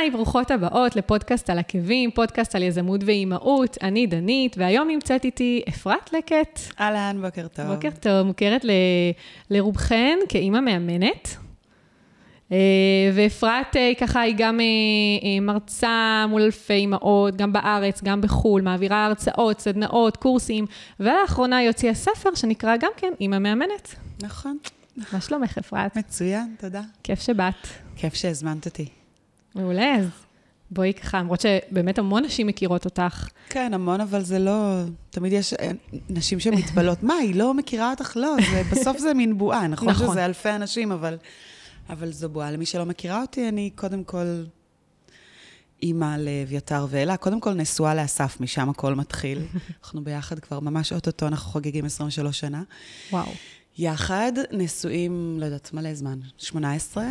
היי, ברוכות הבאות לפודקאסט על עקבים, פודקאסט על יזמות ואימהות. אני דנית, והיום נמצאת איתי אפרת לקט. אהלן, בוקר טוב. בוקר טוב, מוכרת לרובכן כאימא מאמנת. ואפרת ככה היא גם מרצה מול אלפי אימהות, גם בארץ, גם בחול, מעבירה הרצאות, סדנאות, קורסים, ולאחרונה היא הוציאה ספר שנקרא גם כן אימא מאמנת. נכון. מה שלומך אפרת? מצוין, תודה. כיף שבאת. כיף שהזמנת אותי. מעולה, אז בואי ככה, למרות שבאמת המון נשים מכירות אותך. כן, המון, אבל זה לא... תמיד יש נשים שמתבלות. מה, היא לא מכירה אותך? לא, בסוף זה מין בועה. נכון שזה אלפי אנשים, אבל זו בועה. למי שלא מכירה אותי, אני קודם כל אימא לאביתר ואלה. קודם כל נשואה לאסף, משם הכל מתחיל. אנחנו ביחד כבר ממש אוטוטו, אנחנו חוגגים 23 שנה. וואו. יחד, נשואים, לא יודעת, מלא זמן, 18.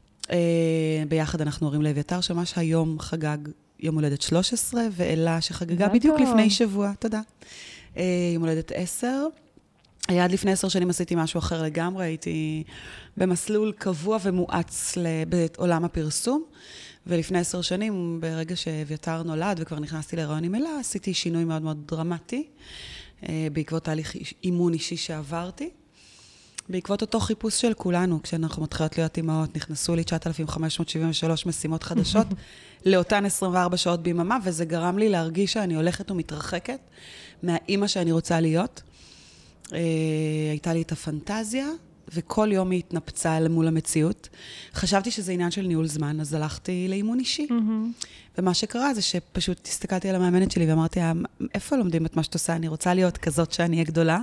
ביחד אנחנו הורים לאביתר, שממש היום חגג יום הולדת 13, ואלה שחגגה בדיוק לפני שבוע, תודה. יום הולדת 10. עד לפני 10 שנים עשיתי משהו אחר לגמרי, הייתי במסלול קבוע ומואץ בעולם הפרסום, ולפני 10 שנים, ברגע שאביתר נולד וכבר נכנסתי להיריון עם אלה, עשיתי שינוי מאוד מאוד דרמטי, בעקבות תהליך אימון אישי שעברתי. בעקבות אותו חיפוש של כולנו, כשאנחנו מתחילות להיות אימהות, נכנסו לי 9,573 משימות חדשות, לאותן 24 שעות ביממה, וזה גרם לי להרגיש שאני הולכת ומתרחקת מהאימא שאני רוצה להיות. הייתה לי את הפנטזיה, וכל יום היא התנפצה מול המציאות. חשבתי שזה עניין של ניהול זמן, אז הלכתי לאימון אישי. ומה שקרה זה שפשוט הסתכלתי על המאמנת שלי, ואמרתי, איפה לומדים את מה שאת עושה? אני רוצה להיות כזאת שאני אהיה גדולה.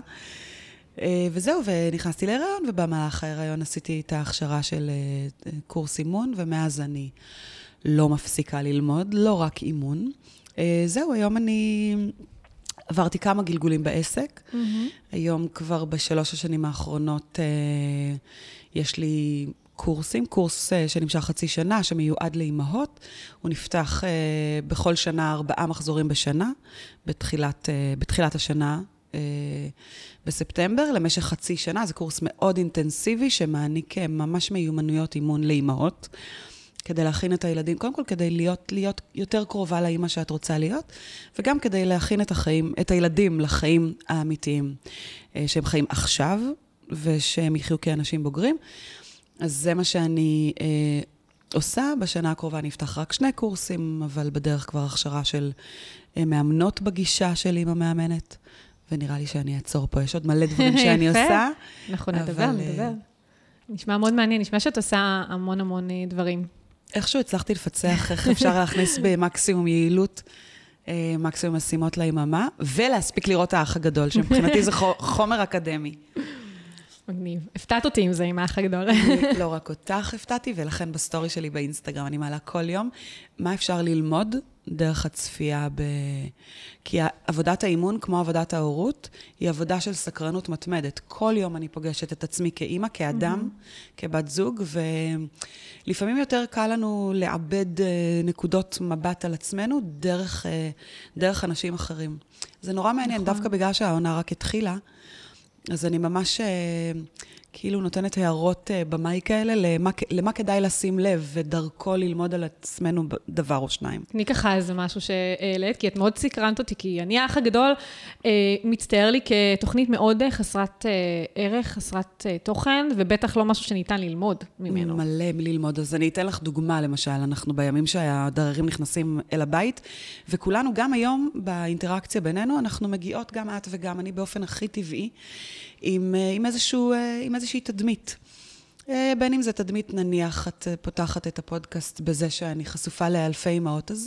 וזהו, ונכנסתי להיריון, ובמהלך ההיריון עשיתי את ההכשרה של קורס אימון, ומאז אני לא מפסיקה ללמוד, לא רק אימון. זהו, היום אני עברתי כמה גלגולים בעסק. היום כבר בשלוש השנים האחרונות יש לי קורס שנמשך חצי שנה, שמיועד לאימהות. הוא נפתח בכל שנה 4 מחזורים בשנה, בתחילת השנה, בספטמבר, למשך חצי שנה. זה קורס מאוד אינטנסיבי, שמעניק ממש מיומנויות אימון לאימהות, כדי להכין את הילדים, קודם כל כדי להיות יותר קרובה לאימא שאת רוצה להיות, וגם כדי להכין את הילדים לחיים האמיתיים, שהם חיים עכשיו, ושהם יחיו כאנשים בוגרים. אז זה מה שאני עושה. בשנה הקרובה נפתח רק 2 קורסים, אבל בדרך כבר הכשרה של מאמנות בגישה של אימא מאמנת. ונראה לי שאני אעצור פה, יש עוד מלא דברים שאני עושה. אנחנו נדבר. נשמע מאוד מעניין, נשמע שאת עושה המון דברים. איכשהו הצלחתי לפצח איך אפשר להכניס במקסימום יעילות, מקסימום משימות ליממה, ולהספיק לראות האח הגדול, שמבחינתי זה חומר אקדמי. מגניב. הפתעת אותי עם זה, עם האח הגדול. לא רק אותך הפתעתי, ולכן בסטורי שלי באינסטגרם אני מעלה כל יום, מה אפשר ללמוד דרך הצפייה כי עבודת האימון, כמו עבודת ההורות, היא עבודה של סקרנות מתמדת. כל יום אני פוגשת את עצמי כאימא, כאדם, כבת זוג, ולפעמים יותר קל לנו לאבד נקודות מבט על עצמנו דרך אנשים אחרים. זה נורא מעניין, דווקא בגלל שהעונה רק התחילה, אז אני ממש כאילו נותנת הערות במאי כאלה, למה כדאי לשים לב, ודרכו ללמוד על עצמנו דבר או שניים. אני ככה איזה משהו שהעלית, כי את מאוד סקרנת אותי, כי אני האח הגדול מצטער לי כתוכנית מאוד חסרת ערך, חסרת תוכן, ובטח לא משהו שניתן ללמוד ממנו. מלא ללמוד, אז אני אתן לך דוגמה, למשל, אנחנו בימים שהדררים נכנסים אל הבית, וכולנו גם היום באינטראקציה בינינו, אנחנו מגיעות גם את וגם אני באופן הכי טבעי, עם איזושהי תדמית. בין אם זה תדמית, נניח, את פותחת את הפודקאסט בזה שאני חשופה לאלפי אימהות, אז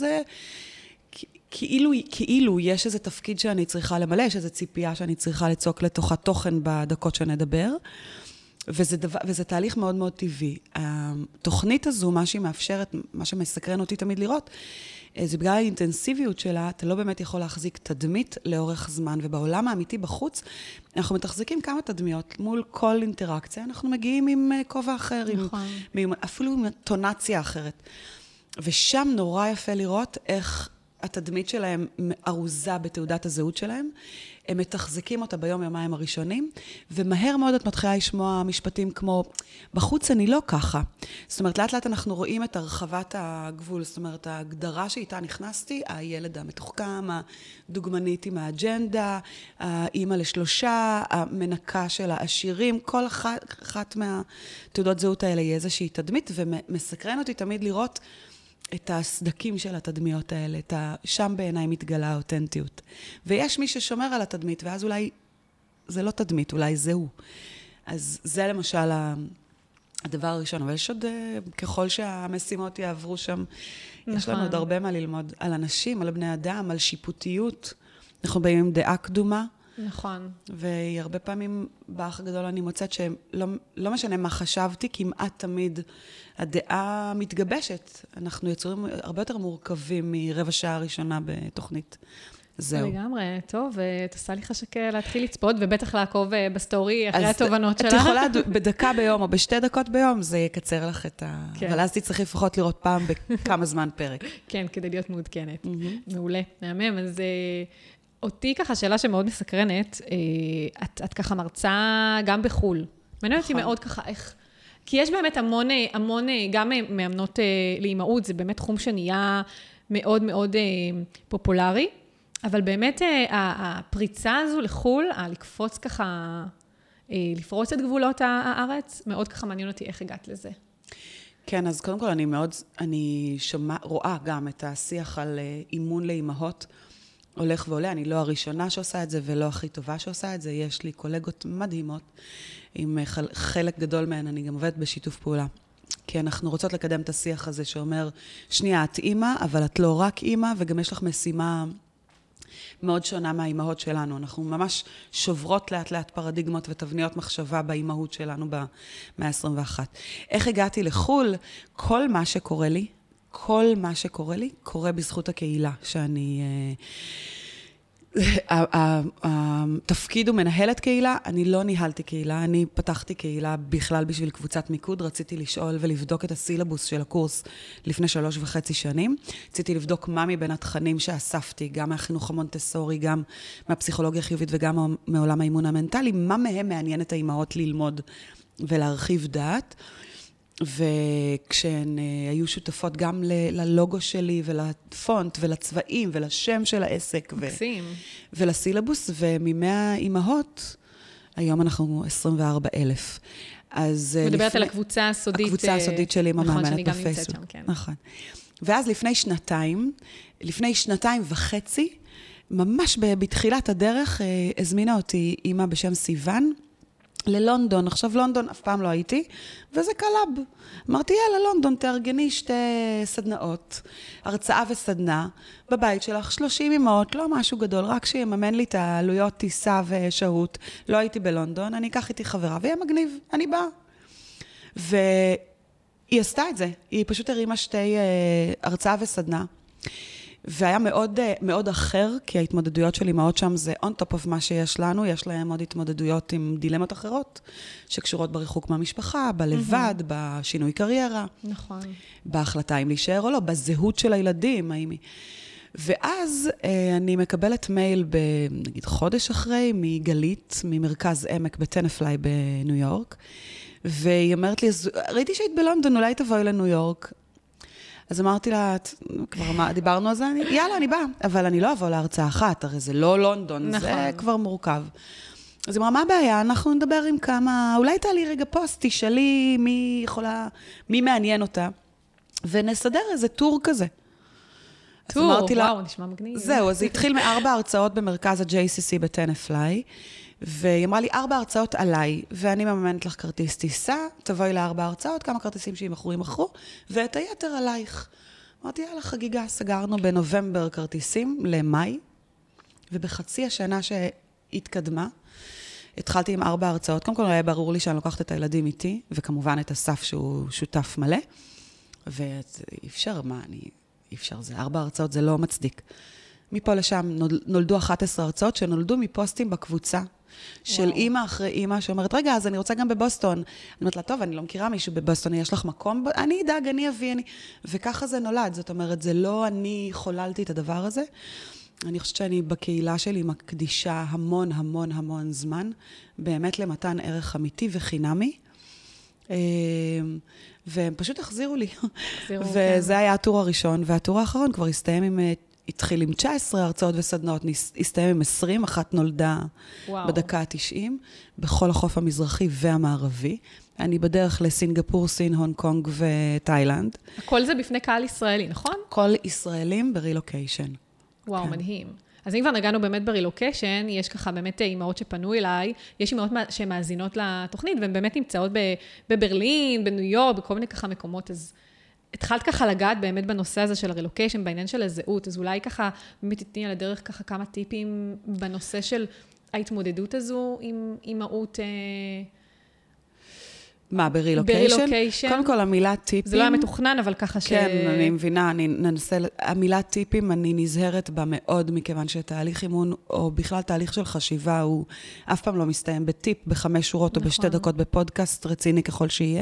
כאילו יש איזה תפקיד שאני צריכה למלא, יש איזו ציפייה שאני צריכה לצוק לתוכה תוכן בדקות שנדבר, וזה תהליך מאוד מאוד טבעי. התוכנית הזו, מה שהיא מאפשרת, מה שמסקרן אותי תמיד לראות, זה בגלל האינטנסיביות שלה, אתה לא באמת יכול להחזיק תדמית לאורך זמן, ובעולם האמיתי בחוץ, אנחנו מתחזיקים כמה תדמיות, מול כל אינטראקציה, אנחנו מגיעים עם כובע אחר, אפילו עם טונציה אחרת. ושם נורא יפה לראות איך התדמית שלהם ארוזה בתעודת הזהות שלהם, הם מתחזקים אותה ביום-יומיים הראשונים, ומהר מאוד את מתחילה לשמוע משפטים כמו, בחוץ אני לא ככה. זאת אומרת, לאט לאט אנחנו רואים את הרחבת הגבול, זאת אומרת, ההגדרה שאיתה נכנסתי, הילד המתוחכם, הדוגמנית עם האג'נדה, האמא לשלושה, המנקה של העשירים, כל אחת מהתעודות זהות האלה היא איזושהי תדמית, ומסקרן אותי תמיד לראות את הסדקים של התדמיות האלה, שם בעיניי מתגלה האותנטיות. ויש מי ששומר על התדמית, ואז אולי זה לא תדמית, אולי זהו. אז זה למשל הדבר הראשון, אבל יש עוד, ככל שהמשימות יעברו שם, נכון. יש לנו עוד הרבה מה ללמוד על אנשים, על בני אדם, על שיפוטיות. אנחנו באים עם דעה קדומה. נכון. והרבה פעמים באח הגדול אני מוצאת שלא משנה מה חשבתי, כמעט תמיד הדעה מתגבשת. אנחנו יצורים הרבה יותר מורכבים מרבע שעה הראשונה בתוכנית. זהו. לגמרי, טוב, תעשה לי חשק להתחיל לצפות, ובטח לעקוב בסטורי אחרי התובנות שלה. את יכולה בדקה ביום או בשתי דקות ביום, זה יקצר לך את ה... כן. אבל אז תצטרכי לפחות לראות פעם בכמה זמן פרק. כן, כדי להיות מעודכנת. מעולה, מהמם. אז אותי ככה, שאלה שמאוד מסקרנת, את ככה מרצה גם בחול. מעניין אותי מאוד ככה איך... כי יש באמת המון, גם מאמנות לאימהות, זה באמת תחום שנהיה מאוד מאוד פופולרי, אבל באמת הפריצה הזו לחול, לקפוץ ככה, לפרוץ את גבולות הארץ, מאוד ככה מעניין אותי איך הגעת לזה. כן, אז קודם כל אני רואה גם את השיח על אימון לאימהות, הולך ועולה, אני לא הראשונה שעושה את זה ולא הכי טובה שעושה את זה, יש לי קולגות מדהימות, עם חלק גדול מהן אני גם עובדת בשיתוף פעולה. כי אנחנו רוצות לקדם את השיח הזה שאומר, שנייה, את אימא, אבל את לא רק אימא, וגם יש לך משימה מאוד שונה מהאימהות שלנו. אנחנו ממש שוברות לאט לאט פרדיגמות ותבניות מחשבה באימהות שלנו במאה ה-21. איך הגעתי לחול? כל מה שקורה לי, קורה בזכות הקהילה, שאני... התפקיד הוא מנהלת קהילה, אני לא ניהלתי קהילה, אני פתחתי קהילה בכלל בשביל קבוצת מיקוד, רציתי לשאול ולבדוק את הסילבוס של הקורס לפני 3.5 שנים, רציתי לבדוק מה מבין התכנים שאספתי, גם מהחינוך המונטסורי, גם מהפסיכולוגיה החיובית וגם מעולם האימון המנטלי, מה מהם מעניין את האימהות ללמוד ולהרחיב דעת, וכשהן היו שותפות גם ללוגו שלי ולפונט ולצבעים ולשם של העסק ולסילבוס, ומ100 אימהות, היום אנחנו 24,000. מדברת על הקבוצה הסודית. הקבוצה הסודית שלי, נכון, שאני גם נמצאת שם, כן. נכון. ואז לפני שנתיים וחצי, ממש בתחילת הדרך, הזמינה אותי אימא בשם סיוון, ללונדון. עכשיו לונדון אף פעם לא הייתי, וזה קלאב. אמרתי, יאללה, לונדון, תארגני 2 סדנאות, הרצאה וסדנה, בבית שלך 30 אמהות, לא משהו גדול, רק שיממן לי את העלויות טיסה ושהות. לא הייתי בלונדון, אני אקח איתי חברה, ויהיה מגניב, אני באה. והיא עשתה את זה, היא פשוט הרימה 2 הרצאה וסדנה, והיה מאוד, מאוד אחר, כי ההתמודדויות של אמהות שם זה on top of מה שיש לנו, יש להם עוד התמודדויות עם דילמות אחרות, שקשורות בריחוק מהמשפחה, בלבד, בשינוי קריירה. נכון. בהחלטה אם להישאר או לא, בזהות של הילדים, ואז אני מקבלת מייל נגיד חודש אחרי, מגלית, ממרכז עמק בטנפליי בניו יורק, והיא אומרת לי, ראיתי שהיית בלונדון, אולי תבואי לניו יורק. אז אמרתי לה, כבר דיברנו על זה, יאללה, אני באה. אבל אני לא אבוא להרצאה אחת, הרי זה לא לונדון, נכון. זה כבר מורכב. אז היא אמרה, מה הבעיה? אנחנו נדבר עם כמה, אולי תעלי רגע פוסט, תשאלי מי מעניין אותה, ונסדר איזה טור כזה. טור, וואו, נשמע מגניב. זהו, אז זה התחיל מ4 הרצאות במרכז ה-JCC בטנפליי, והיא אמרה לי 4 הרצאות עליי, ואני מממנת לך כרטיס טיסה, תבואי ל4 הרצאות, כמה כרטיסים שימכרו, ואת היתר עלייך. אמרתי, יאללה, חגיגה, סגרנו בנובמבר כרטיסים למאי, ובחצי השנה שהתקדמה, התחלתי עם 4 הרצאות. קודם כל היה ברור לי שאני לוקחת את הילדים איתי, וכמובן את אסף שהוא שותף מלא, ואי אפשר, אי אפשר, זה 4 הרצאות, זה לא מצדיק. מפה לשם נולדו 11 הרצאות שנולדו מפוסטים בקבוצה של אימא אחרי אימא שאומרת, רגע, אז אני רוצה גם בבוסטון. אני אומרת לה, טוב, אני לא מכירה מישהו בבוסטון, יש לך מקום? אני אדאג, אני אביא, וככה זה נולד. זאת אומרת, זה לא אני חוללתי את הדבר הזה. אני חושבת שאני בקהילה שלי מקדישה המון המון המון זמן, באמת למתן ערך אמיתי וחינמי. והם פשוט החזירו לי. וזה היה הטור הראשון, והטור האחרון כבר התחיל עם 19 הרצאות וסדנות, הסתיים עם 20, אחת נולדה בדקה ה-90, בכל החוף המזרחי והמערבי. אני בדרך לסינגפור, סין, הונג קונג ותאילנד. הכל זה בפני קהל ישראלי, נכון? כל ישראלים ברילוקיישן. וואו, כן. מדהים. אז אם כבר נגענו באמת ברילוקיישן, יש ככה באמת אימהות שפנו אליי, יש אימהות שמאזינות לתוכנית, והן באמת נמצאות בברלין, בניו יורק, בכל מיני ככה מקומות, אז התחלת ככה לגעת באמת בנושא הזה של הרילוקיישן, בעניין של הזהות, אז אולי ככה באמת תתני על הדרך ככה כמה טיפים בנושא של ההתמודדות הזו עם אימהות. מה, ברילוקיישן? קודם כל, המילה טיפים. זה לא היה מתוכנן, אבל ככה כן, אני מבינה, אני ננסה, המילה טיפים, אני נזהרת בה מאוד, מכיוון שתהליך אימון, או בכלל תהליך של חשיבה, הוא אף פעם לא מסתיים בטיפ, ב5 שורות או ב2 דקות בפודקאסט רציני ככל שיהיה.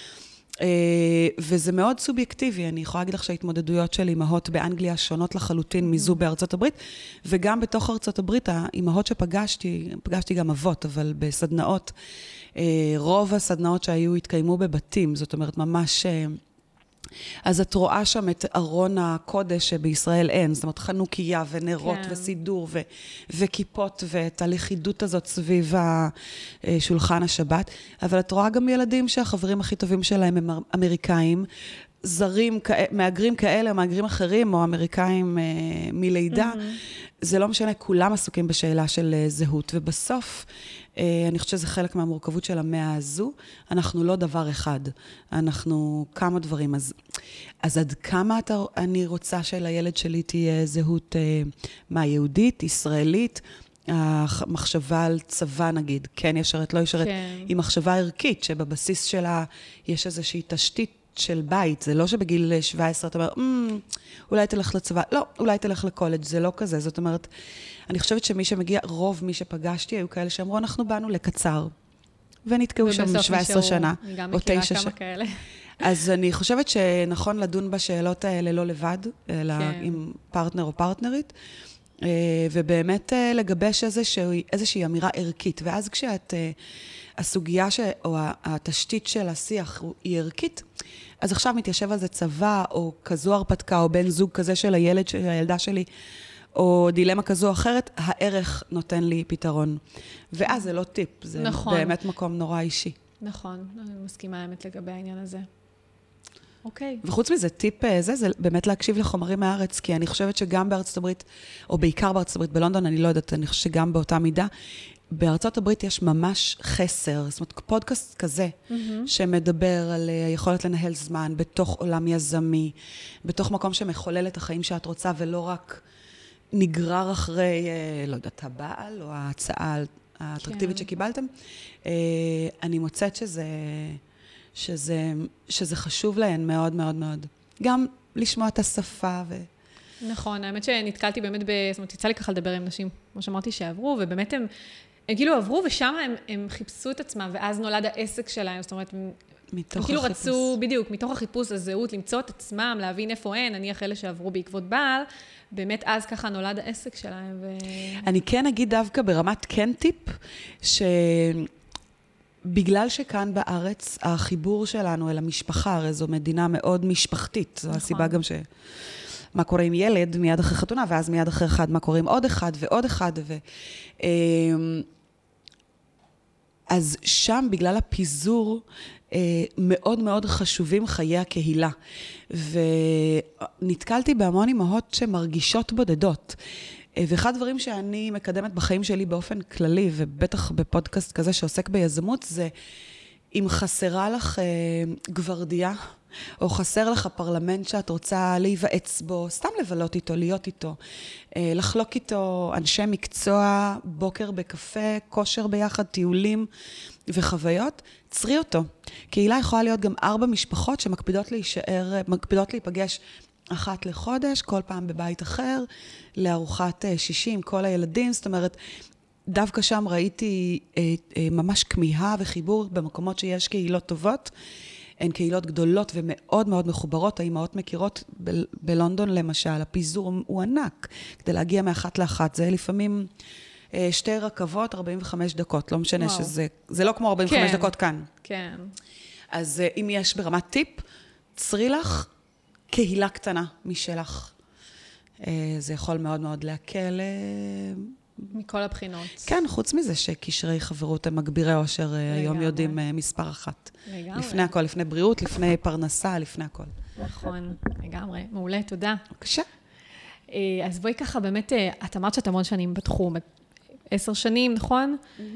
וזה מאוד סובייקטיבי, אני יכולה להגיד לך שההתמודדויות של אימהות באנגליה שונות לחלוטין מזו בארצות הברית, וגם בתוך ארצות הברית, האימהות פגשתי גם אבות, אבל בסדנאות, רוב הסדנאות התקיימו בבתים, זאת אומרת ממש, אז את רואה שם את ארון הקודש שבישראל אין, זאת אומרת חנוכיה ונרות וסידור וכיפות ואת הלכידות הזאת סביב שולחן השבת, אבל את רואה גם ילדים שהחברים הכי טובים שלהם הם אמריקאים, זרים, מאגרים כאלה, מאגרים אחרים, או אמריקאים מלידה, זה לא משנה, כולם עסוקים בשאלה של זהות, ובסוף, אני חושבת שזה חלק מהמורכבות של המאה הזו, אנחנו לא דבר אחד, אנחנו כמה דברים, אז עד כמה אני רוצה שלילד שלי תהיה זהות, מה, יהודית, ישראלית, המחשבה על צבא נגיד, כן ישרת, לא ישרת, היא מחשבה ערכית, שבבסיס שלה יש איזושהי תשתית, של בית, זה לא שבגיל 17 אתה אומר, אולי תלך לצבא, לא, אולי תלך לקולג', זה לא כזה, זאת אומרת, אני חושבת שמי שמגיע, רוב מי שפגשתי, היו כאלה שאמרו, אנחנו באנו לקצר, ונתקעו שם 17 שנה, או 9 שנה. אז אני חושבת שנכון לדון בשאלות האלה לא לבד, אלא עם פרטנר או פרטנרית, ובאמת לגבש איזושהי אמירה ערכית, ואז כשאת, הסוגיה או התשתית של השיח היא ערכית, אז עכשיו מתיישב על זה צבא, או כזו הרפתקה, או בן זוג כזה של הילד, של הילדה שלי, או דילמה כזו או אחרת, הערך נותן לי פתרון. ואז זה לא טיפ, זה נכון. באמת מקום נורא אישי. נכון, אני מסכימה האמת לגבי העניין הזה. אוקיי. וחוץ מזה, טיפ זה באמת להקשיב לחומרים מהארץ, כי אני חושבת שגם בארצות הברית, או בעיקר בארצות הברית, בלונדון, אני לא יודעת, אני חושבת שגם באותה מידה, בארצות הברית יש ממש חסר, זאת אומרת, פודקאסט כזה, שמדבר על היכולת לנהל זמן, בתוך עולם יזמי, בתוך מקום שמחולל את החיים שאת רוצה, ולא רק נגרר אחרי, לא יודעת, הבעל, או ההצעה האטרקטיבית שקיבלתם. אני מוצאת שזה חשוב להן מאוד מאוד מאוד. גם לשמוע את השפה נכון, האמת שנתקלתי באמת זאת אומרת, יצא לי ככה לדבר עם נשים, כמו שאמרתי, שעברו, ובאמת הם כאילו עברו, ושם הם חיפשו את עצמם, ואז נולד העסק שלהם, זאת אומרת, הם כאילו רצו, בדיוק, מתוך החיפוש הזהות, למצוא את עצמם, להבין איפה אין, נניח אלה שעברו בעקבות בעל, באמת אז ככה נולד העסק שלהם. אני כן אגיד דווקא ברמת כן טיפ, בגלל שכאן בארץ, החיבור שלנו אל המשפחה, הרי זו מדינה מאוד משפחתית, זו הסיבה גם מה קורה עם ילד מיד אחרי חתונה, ואז מיד אחרי אחד, מה קורה עם עוד אחד ועוד אחד. אז שם, בגלל הפיזור, מאוד מאוד חשובים חיי הקהילה. ונתקלתי בהמון אמהות שמרגישות בודדות. ואחד הדברים שאני מקדמת בחיים שלי באופן כללי, ובטח בפודקאסט כזה שעוסק ביזמות, זה אם חסרה לך גוורדיה, או חסר לך פרלמנט שאת רוצה להיוועץ בו, סתם לבלות איתו, להיות איתו, לחלוק איתו אנשי מקצוע, בוקר בקפה, כושר ביחד, טיולים וחוויות, צרי אותו. קהילה יכולה להיות גם 4 משפחות שמקפידות להיפגש אחת לחודש, כל פעם בבית אחר, לארוחת 60, כל הילדים, זאת אומרת, דווקא שם ראיתי ממש כמיהה וחיבור במקומות שיש קהילות טובות. הן קהילות גדולות ומאוד מאוד מחוברות. האימהות מכירות בלונדון למשל, הפיזור הוא ענק. כדי להגיע מאחת לאחת, זה לפעמים 2 רכבות, 45 דקות. לא משנה שזה, זה לא כמו 45 דקות כאן. כן. אז אם יש ברמת טיפ, צרי לך קהילה קטנה משלך. זה יכול מאוד מאוד להקל. מכל הבחינות. כן, חוץ מזה שקשרי חברות הם מגבירי אושר, היום יודעים מספר אחת. לגמרי. לפני הכל, לפני בריאות, לפני פרנסה, לפני הכל. נכון, לגמרי. מעולה, תודה. בבקשה. אז בואי ככה, באמת, את אמרת שאת המון שנים בתחום, 10 שנים, נכון?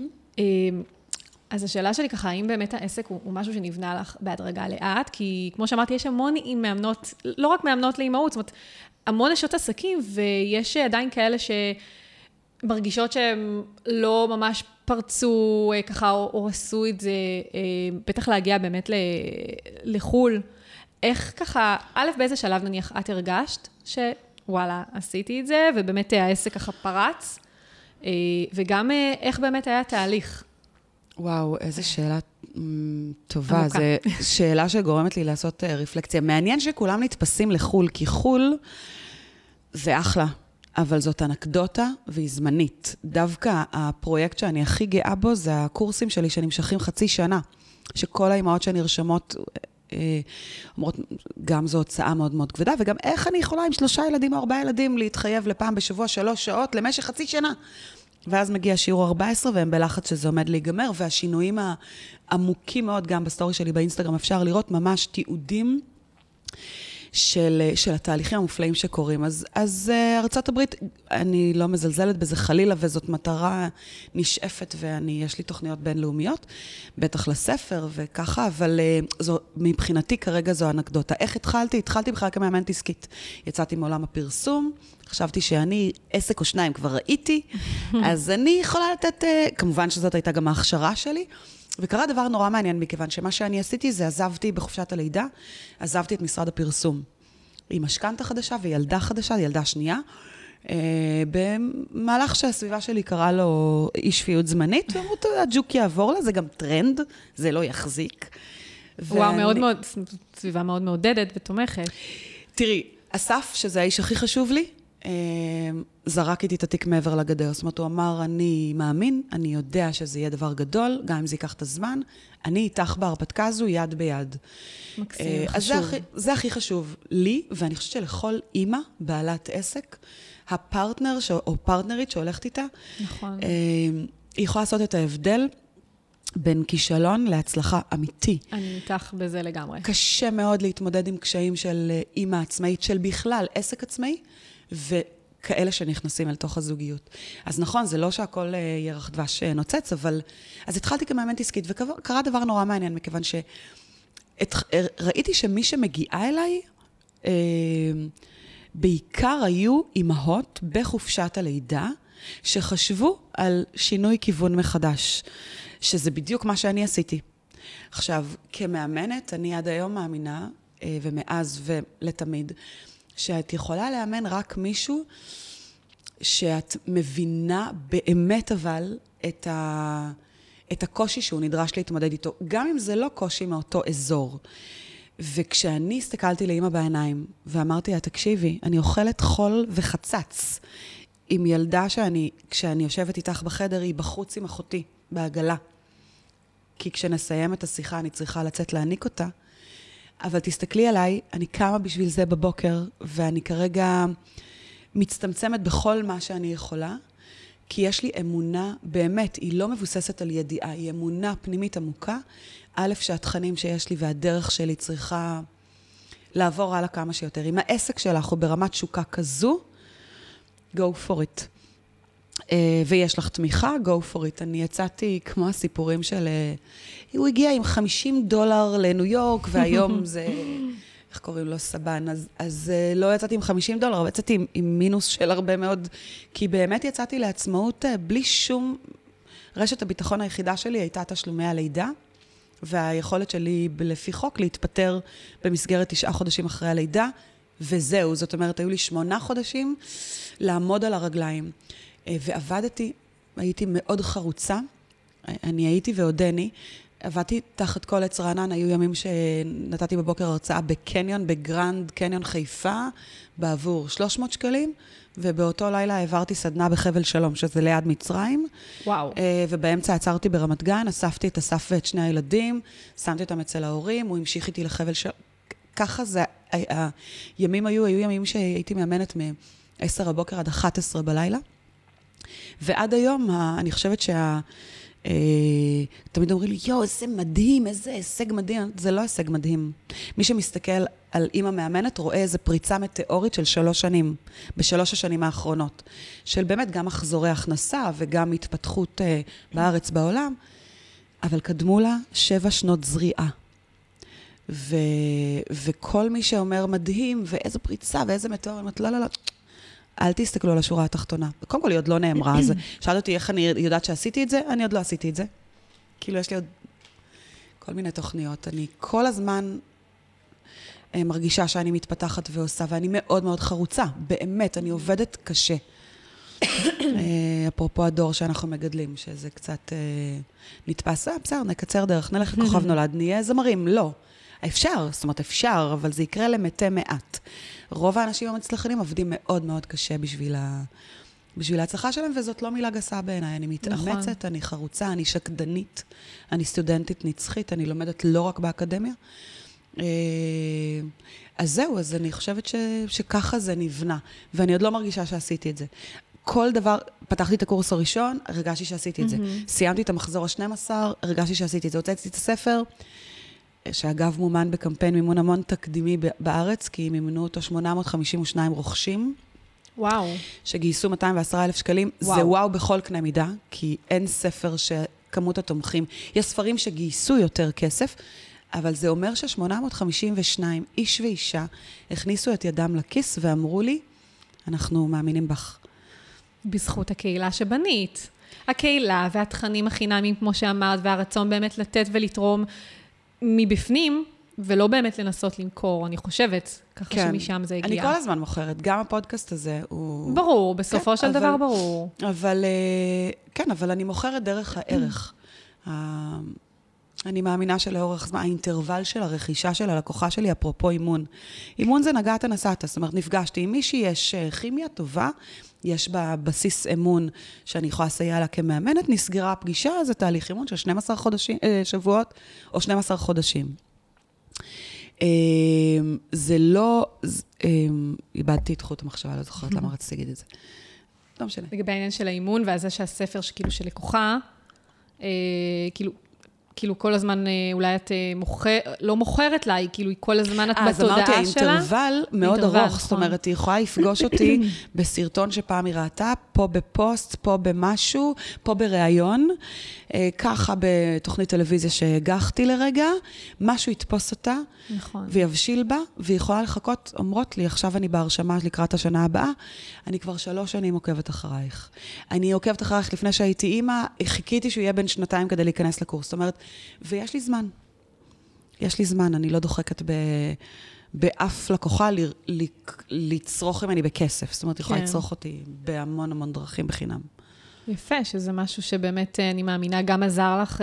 אז השאלה שלי ככה, האם באמת העסק הוא משהו שנבנה לך בהדרגה לאט? כי כמו שאמרתי, יש המון מאמנות, לא רק מאמנות לאימהות, זאת אומרת, המון נשות עסקים, ויש עדיין כאלה מרגישות שהם לא ממש פרצו ככה, או עשו את זה, בטח להגיע באמת לחול. איך ככה, א', באיזה שלב נניח את הרגשת שוואלה, עשיתי את זה, ובאמת העסק ככה פרץ, וגם איך באמת היה תהליך? וואו, איזו שאלה טובה. זו שאלה שגורמת לי לעשות רפלקציה. מעניין שכולם נתפסים לחול, כי חול זה אחלה. אבל זאת אנקדוטה והיא זמנית. דווקא הפרויקט שאני הכי גאה בו, זה הקורסים שלי שנמשכים 0.5 שנה, שכל האימהות שנרשמות אומרות, גם זו הוצאה מאוד מאוד כבדה, וגם איך אני יכולה עם 3 ילדים או 4 ילדים להתחייב לפעם בשבוע 3 שעות למשך 0.5 שנה. ואז מגיע שיעור 14, והם בלחץ שזה עומד להיגמר, והשינויים העמוקים מאוד, גם בסטורי שלי באינסטגרם, אפשר לראות ממש תיעודים, של התהליכים המופלאים שקורים. אז ארצות הברית, אני לא מזלזלת בזה חלילה, וזאת מטרה נשאפת, יש לי תוכניות בינלאומיות, בטח לספר וככה, אבל מבחינתי כרגע זו אנקדוטה. איך התחלתי? התחלתי בכלל כמאמנת עסקית. יצאתי מעולם הפרסום, חשבתי שאני 10 או 2 כבר ראיתי, אז אני יכולה לתת, כמובן שזאת הייתה גם ההכשרה שלי, וקרה דבר נורא מעניין, מכיוון שמה שאני עשיתי זה עזבתי בחופשת הלידה, עזבתי את משרד הפרסום, עם משכנתה חדשה וילדה חדשה, ילדה שנייה, במהלך שהסביבה שלי קראה לו אי שפיות זמנית, ואמרו, הג'וק יעבור לה, זה גם טרנד, זה לא יחזיק. וואו, מאוד מאוד, סביבה מאוד מעודדת ותומכת. תראי, אסף, שזה האיש הכי חשוב לי, זרק איתי את התיק מעבר לגדר. זאת אומרת, הוא אמר, אני מאמין, אני יודע שזה יהיה דבר גדול, גם אם זה ייקח את הזמן, אני איתך בהרפתקה הזו יד ביד. מקסים, חשוב. אז זה הכי חשוב לי, ואני חושבת שלכל אימא, בעלת עסק, הפרטנר או פרטנרית שהולכת איתה, נכון. היא יכולה לעשות את ההבדל בין כישלון להצלחה אמיתי. אני איתך בזה לגמרי. קשה מאוד להתמודד עם קשיים של אימא עצמאית, של בכלל עסק עצמאי, וכאלה שנכנסים אל תוך הזוגיות. אז נכון, זה לא שהכל ירח דבש נוצץ, אבל אז התחלתי כמאמנת עסקית, וקרה דבר נורא מעניין, מכיוון שראיתי שמי שמגיעה אליי, בעיקר היו אימהות בחופשת הלידה, שחשבו על שינוי כיוון מחדש, שזה בדיוק מה שאני עשיתי. עכשיו, כמאמנת, אני עד היום מאמינה, ומאז ולתמיד, שאת יכולה לאמן רק מישהו שאת מבינה באמת אבל את הקושי שהוא נדרש להתמודד איתו, גם אם זה לא קושי מאותו אזור. וכשאני הסתכלתי לאמא בעיניים ואמרתי לה, תקשיבי, אני אוכלת חול וחצץ עם ילדה כשאני יושבת איתך בחדר, היא בחוץ עם אחותי, בעגלה. כי כשנסיים את השיחה אני צריכה לצאת להעניק אותה, אבל תסתכלי עליי, אני קמה בשביל זה בבוקר, ואני כרגע מצטמצמת בכל מה שאני יכולה, כי יש לי אמונה, באמת, היא לא מבוססת על ידיעה, היא אמונה פנימית עמוקה, א', שהתכנים שיש לי והדרך שלי צריכה לעבור הלאה כמה שיותר. אם העסק שלך הוא ברמת שוקה כזו, go for it. ויש לך תמיכה, go for it. אני יצאתי כמו הסיפורים של... הוא הגיע עם $50 לניו יורק, והיום זה... איך קוראים לו? סבן. אז לא יצאתי עם $50, אבל יצאתי עם מינוס של הרבה מאוד, כי באמת יצאתי לעצמאות בלי שום... רשת הביטחון היחידה שלי הייתה תשלומי הלידה, והיכולת שלי לפי חוק להתפטר במסגרת 9 חודשים אחרי הלידה, וזהו. זאת אומרת, היו לי 8 חודשים לעמוד על הרגליים. ועבדתי הייתי מאוד חרוצה. אני הייתי ועודני. עבדתי תחת כל עץ רענן, היו ימים שנתתי בבוקר הרצאה בקניון, בגרנד קניון חיפה, בעבור 300 שקלים, ובאותו לילה העברתי סדנה בחבל שלום, שזה ליד מצרים. וואו. ובאמצע עצרתי ברמת גן, אספתי את אסף ואת שני הילדים, שמתי אותם אצל ההורים, הוא המשיך איתי לחבל שלום. ככה זה, הימים היו ימים שהייתי מאמנת מ-10 הבוקר עד 11 בלילה. ועד היום, אני חושבת תמיד אומרים לי, איזה מדהים, איזה הישג מדהים. זה לא הישג מדהים. מי שמסתכל על אמא מאמנת רואה איזו פריצה מטאורית של 3 שנים, ב3 השנים האחרונות, של באמת גם מחזורי הכנסה וגם התפתחות בארץ, בעולם, אבל קדמו לה 7 שנות זריעה. וכל מי שאומר מדהים, ואיזו פריצה ואיזה מטאור, אמרת, לא, אל תסתכלו על השורה התחתונה. קודם כל, היא עוד לא נאמרה. אז שאלת אותי איך אני יודעת שעשיתי את זה, אני עוד לא עשיתי את זה. כאילו, יש לי עוד כל מיני תוכניות. אני כל הזמן מרגישה שאני מתפתחת ועושה, ואני מאוד מאוד חרוצה. באמת, אני עובדת קשה. אפרופו הדור שאנחנו מגדלים, שזה קצת נתפס, בסדר, נקצר דרך, נלך לכוכב נולד, נהיה זמרים. לא. אפשר, זאת אומרת אפשר, אבל זה יקרה למתי מעט. רוב האנשים המצליחנים עובדים מאוד מאוד קשה בשביל ההצלחה שלהם, וזאת לא מילה גסה בעיניי. אני מתאמצת, אני חרוצה, אני שקדנית, אני סטודנטית נצחית, אני לומדת לא רק באקדמיה. אז זהו, אז אני חושבת שככה זה נבנה, ואני עוד לא מרגישה שעשיתי את זה. כל דבר, פתחתי את הקורס הראשון, הרגשתי שעשיתי את זה. סיימתי את המחזור ה-12, הרגשתי שעשיתי את זה. הוצאתי את הספר, שאגב מומן בקמפיין מימון המון תקדימי בארץ, כי מימנו אותו 852 רוכשים. וואו. שגייסו 210,000 שקלים. וואו. זה וואו בכל קנה מידה, כי אין ספר שכמות התומכים. יש ספרים שגייסו יותר כסף, אבל זה אומר ש852 איש ואישה הכניסו את ידם לכיס ואמרו לי, אנחנו מאמינים בך. בזכות הקהילה שבנית. הקהילה והתכנים החינמיים, כמו שאמרת, והרצון באמת לתת ולתרום מבפנים, ולא באמת לנסות למכור, אני חושבת, ככה כן. שמשם זה הגיע. אני כל הזמן מוכרת, גם הפודקאסט הזה הוא... ברור, בסופו כן, של אבל, דבר ברור. אבל, כן, אבל אני מוכרת דרך הערך. אני מאמינה שלאורך זמן, האינטרוול של הרכישה של הלקוחה שלי, אפרופו אימון. אימון זה נגעת נסעת, זאת אומרת, נפגשתי עם מישהי, יש כימיה טובה, יש בה בסיס אמון שאני יכולה לסייע לה כמאמנת, נסגרה הפגישה, זה תהליך אימון של 12 שבועות או 12 חודשים. זה לא, איבדתי את חוט המחשבה, לא זוכרת למה רציתי להגיד את זה. לא משנה. לגבי העניין של האימון, וזה שהספר שכאילו של לקוחה, כאילו כל הזמן אולי את לא מוכרת לה, היא כאילו כל הזמן את בתודעה שלה. אז אמרתי, האינטרוול מאוד ארוך, זאת אומרת, היא יכולה לפגוש אותי בסרטון שפעם היא ראתה, פה בפוסט, פה במשהו, פה בראיון, ככה בתוכנית טלוויזיה שהגחתי לרגע, משהו יתפוס אותה, ויבשיל בה, והיא יכולה לחכות, אומרות לי, עכשיו אני בהרשמה לקראת השנה הבאה, אני כבר 3 שנים עוקבת אחרייך. אני עוקבת אחרייך לפני שהייתי אימא, חיכיתי שהוא יהיה בן 2 כדי להיכנס לקורס. זאת אומרת, ויש לי זמן. יש לי זמן, אני לא דוחקת באף לקוחה לצרוך ממני בכסף. זאת אומרת, היא יכולה לצרוך אותי בהמון המון דרכים בחינם. יפה, שזה משהו שבאמת אני מאמינה גם עזר לך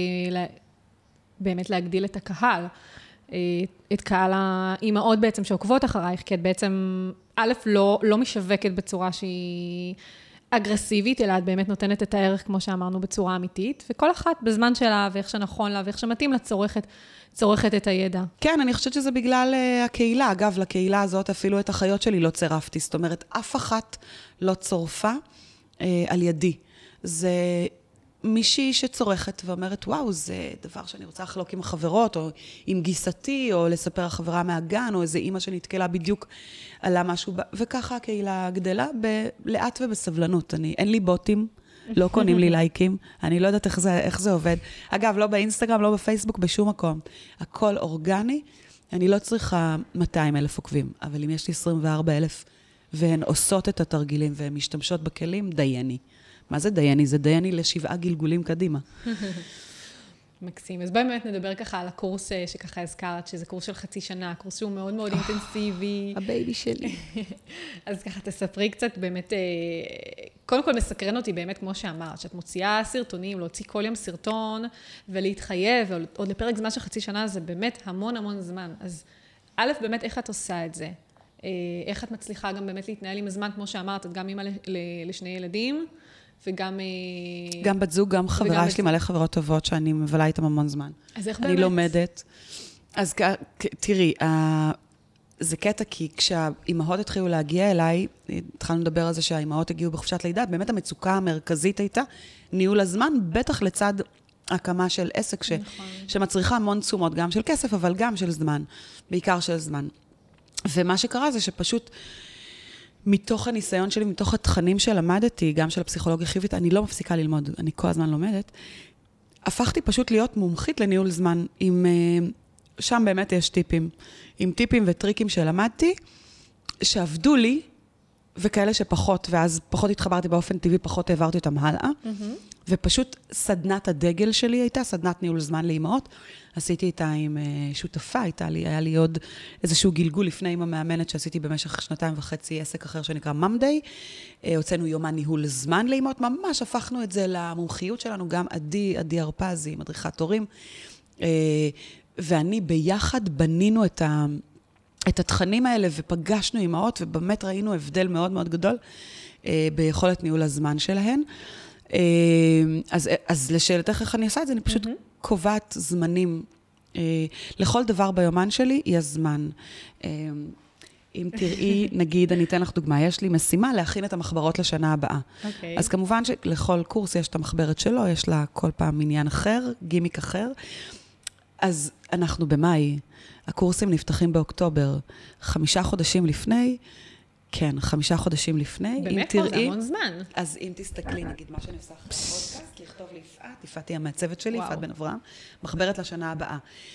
באמת להגדיל את הקהל. את קהל האימהות בעצם שעוקבות אחרייך, כי את בעצם, א', לא משווקת בצורה שהיא אגרסיבית, אלא את באמת נותנת את הערך, כמו שאמרנו, בצורה אמיתית, וכל אחת בזמן שלה, ואיך שנכון לה, ואיך שמתאים לה, צורכת את הידע. כן, אני חושבת שזה בגלל הקהילה. אגב, לקהילה הזאת אפילו את החיות שלי לא צירפתי. זאת אומרת, אף אחת לא צורפה על ידי. זה מישהי שצורכת ואומרת, וואו, זה דבר שאני רוצה לחלוק עם החברות, או עם גיסתי, או לספר החברה מהגן, או איזו אימא שנתקלה בדיוק עלה משהו, וככה הקהילה גדלה לאט ובסבלנות. אין לי בוטים, לא קונים לי לייקים, אני לא יודעת איך זה עובד. אגב, לא באינסטגרם, לא בפייסבוק, בשום מקום. הכל אורגני, אני לא צריכה 200,000 עוקבים, אבל אם יש לי 24,000, והן עושות את התרגילים, והן משתמשות בכלים, דייני. מה זה דייני? זה דייני ל7 גלגולים קדימה. מקסים. אז באמת נדבר ככה על הקורס שככה הזכרת, שזה קורס של חצי שנה, קורס שהוא מאוד מאוד אינטנסיבי. הבייבי שלי. אז ככה תספרי קצת באמת, קודם כל מסקרן אותי באמת כמו שאמרת, שאת מוציאה סרטונים, להוציא כל יום סרטון ולהתחייב, עוד לפרק זמן של חצי שנה, זה באמת המון המון זמן. אז א', באמת איך את עושה את זה? איך את מצליחה גם באמת להתנהל עם הזמן, כמו שאמרת, את גם אימא לשני ילדים, וגם... גם בת זוג, גם חברה, יש לי מלא חברות טובות שאני מבלה איתם המון זמן. אז איך באמת? אני לומדת. אז תראי, זה קטע כי כשהאימהות התחילו להגיע אליי, התחלנו לדבר על זה שהאימהות הגיעו בחופשת לידה, באמת המצוקה המרכזית הייתה ניהול הזמן, בטח לצד הקמה של עסק שמצריכה המון תשומות, גם של כסף, אבל גם של זמן, בעיקר של זמן. ומה שקרה זה שפשוט מתוך הניסיון שלי, מתוך התכנים שלמדתי, גם של הפסיכולוגיה חיובית, אני לא מפסיקה ללמוד, אני כל הזמן לומדת, הפכתי פשוט להיות מומחית לניהול זמן, שם באמת יש טיפים, עם טיפים וטריקים שלמדתי, שעבדו לי, וכאלה שפחות, ואז פחות התחברתי באופן טבעי, פחות העברתי אותם הלאה, ופשוט סדנת הדגל שלי הייתה, סדנת ניהול זמן לאמהות, עשיתי איתה עם שותפה, היה לי עוד איזשהו גלגול לפני עם המאמנת שעשיתי במשך 2.5 עסק אחר שנקרא ממדי, הוצאנו יומן ניהול זמן לאמהות, ממש הפכנו את זה למומחיות שלנו, גם עדי הרפזי, מדריכת הורים, ואני ביחד בנינו את התכנים האלה ופגשנו אימהות, ובאמת ראינו הבדל מאוד מאוד גדול ביכולת ניהול הזמן שלהן. אז לשאלתך איך אני עושה את זה, אני פשוט קובעת זמנים. לכל דבר ביומן שלי יש זמן. אם תראי, נגיד, אני אתן לך דוגמה, יש לי משימה להכין את המחברות לשנה הבאה. אז כמובן שלכל קורס יש את המחברת שלו, יש לה כל פעם עניין אחר, גימיק אחר. אז אנחנו במאי, הקורסים נפתחים באוקטובר, 5 חודשים לפני, כן, 5 חודשים לפני. באמת כבר זה המון זמן. אז אם תסתכלי, נגיד מה שאני עושה בפודקאסט, לכתוב לי יפעת היא המעצבת שלי, יפעת בן אברהם, מחברת לשנה הבאה.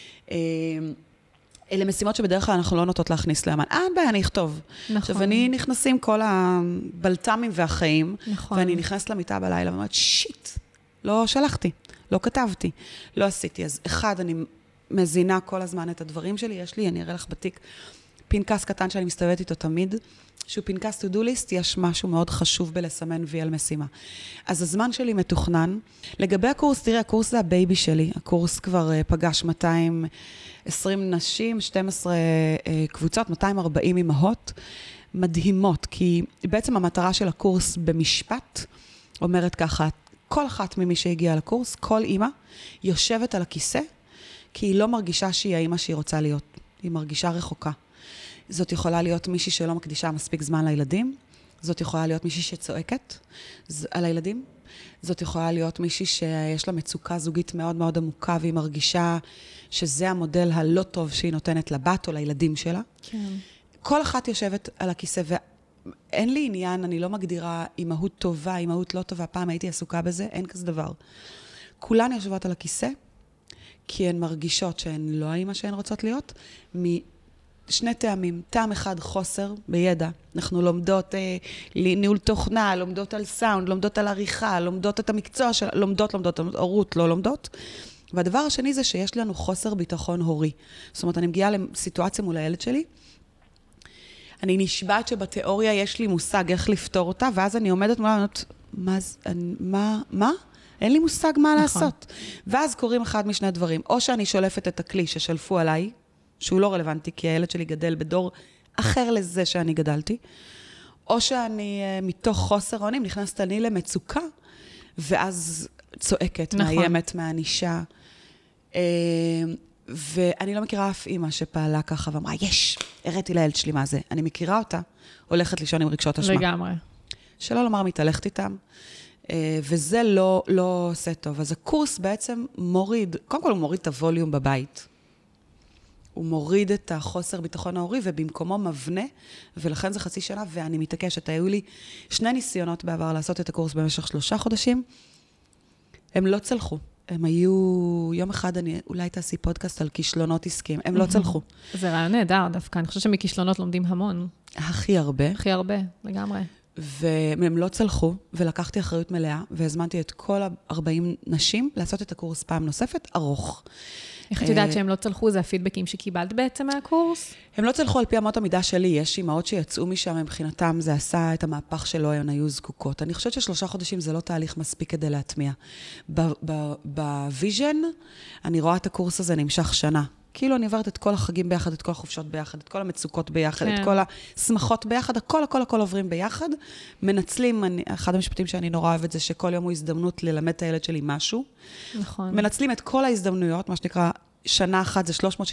אלה משימות שבדרך כלל אנחנו לא נוטות להכניס לאמן. אין בעיה, אני אכתוב. נכון. עכשיו, אני נכנסים כל הבלטמים והחיים, נכון. ואני נכנסת למיטה בלילה, ואומרת, שיט, לא שלחתי, לא כתבתי, לא עשיתי. אז אחד, אני מזינה כל הזמן את הדברים שלי, יש לי, אני אראה לך בתיק, פנקס קטן שאני מסתובבת איתו תמיד, שהוא פנקס to do list, יש משהו מאוד חשוב בלסמן וי על משימה. אז הזמן שלי מתוכנן. לגבי הקורס, תראי, הקורס זה הבייבי שלי. הקורס כבר פגש 220 נשים, 12 קבוצות, 240 אמהות מדהימות, כי בעצם המטרה של הקורס במשפט אומרת ככה, כל אחת ממי שהגיעה לקורס, כל אמא, יושבת על הכיסא, כי היא לא מרגישה שהיא האמא שהיא רוצה להיות. היא מרגישה רחוקה. זאת יכולה להיות מישהי שלא מקדישה מספיק זמן לילדים, זאת יכולה להיות מישהי שצועקת על הילדים, זאת יכולה להיות מישהי שיש לה מצוקה זוגית מאוד מאוד עמוקה, והיא מרגישה שזה המודל הלא טוב שהיא נותנת לבת או לילדים שלה. כן. כל אחת יושבת על הכיסא, ואין לי עניין, אני לא מגדירה אימהות טובה, אימהות לא טובה, פעם הייתי עסוקה בזה, אין כזה דבר. כולן יושבות על הכיסא, כי הן מרגישות שהן לא האמא שהן רוצות להיות, שני טעמים. טעם אחד, חוסר בידע. אנחנו לומדות ניהול תוכנה, לומדות על סאונד, לומדות על עריכה, לומדות את המקצוע של... לומדות, הורות, לא לומדות. והדבר השני זה שיש לנו חוסר ביטחון הורי. זאת אומרת, אני מגיעה לסיטואציה מול הילד שלי, אני נשבעת שבתיאוריה יש לי מושג איך לפתור אותה, ואז אני עומדת מולה, מה? אין לי מושג מה לעשות. ואז קוראים אחד משני דברים. או שאני שולפת את הכלי ששלפו עליי, שהוא לא רלוונטי, כי הילד שלי גדל בדור אחר לזה שאני גדלתי, או שאני מתוך חוסר אונים נכנסת אני למצוקה, ואז צועקת, מאיימת, מהאנישה. ואני לא מכירה אף אימא שפעלה ככה, ואמרה, יש, הראיתי לילד שלי מה זה. אני מכירה אותה, הולכת לישון עם רגשות אשמה. לגמרי. שלא לומר, מתהלכת איתם. וזה לא עושה טוב. אז הקורס בעצם מוריד, קודם כל הוא מוריד את הווליום בבית. הוא מוריד את החוסר ביטחון ההורי, ובמקומו מבנה, ולכן זה חצי שנה, ואני מתעקשת. היו לי 2 ניסיונות בעבר לעשות את הקורס במשך 3 חודשים. הם לא צלחו. הם היו, יום אחד אני אולי תעשי פודקאסט על כישלונות עסקיים. הם לא צלחו. זה רעיון נהדר דווקא. אני חושבת שמכישלונות לומדים המון. הכי הרבה. הכי הרבה, לגמרי. והם לא צלחו, ולקחתי אחריות מלאה, והזמנתי את כל 40 נשים לעשות את הקורס פעם נוספת, ארוך. איך את יודעת שהם לא צלחו? זה הפידבקים שקיבלת בעצם מהקורס? הם לא צלחו על פי אמות המידה שלי, יש אימהות שיצאו משם, מבחינתם זה עשה את המהפך שלו, הן היו זקוקות. אני חושבת ש3 חודשים זה לא תהליך מספיק כדי להטמיע. בוויז'ן, אני רואה את הקורס הזה נמשך שנה. כאילו אני עוברת את כל החגים ביחד, את כל החופשות ביחד, את כל המצוקות ביחד, את כל השמחות ביחד, הכל עוברים ביחד. מנצלים, אחד המשפטים שאני נורא אוהבת זה שכל יום הוא הזדמנות ללמד את הילד שלי משהו. נכון. מנצלים את כל ההזדמנויות, מה שנקרא, שנה אחת זה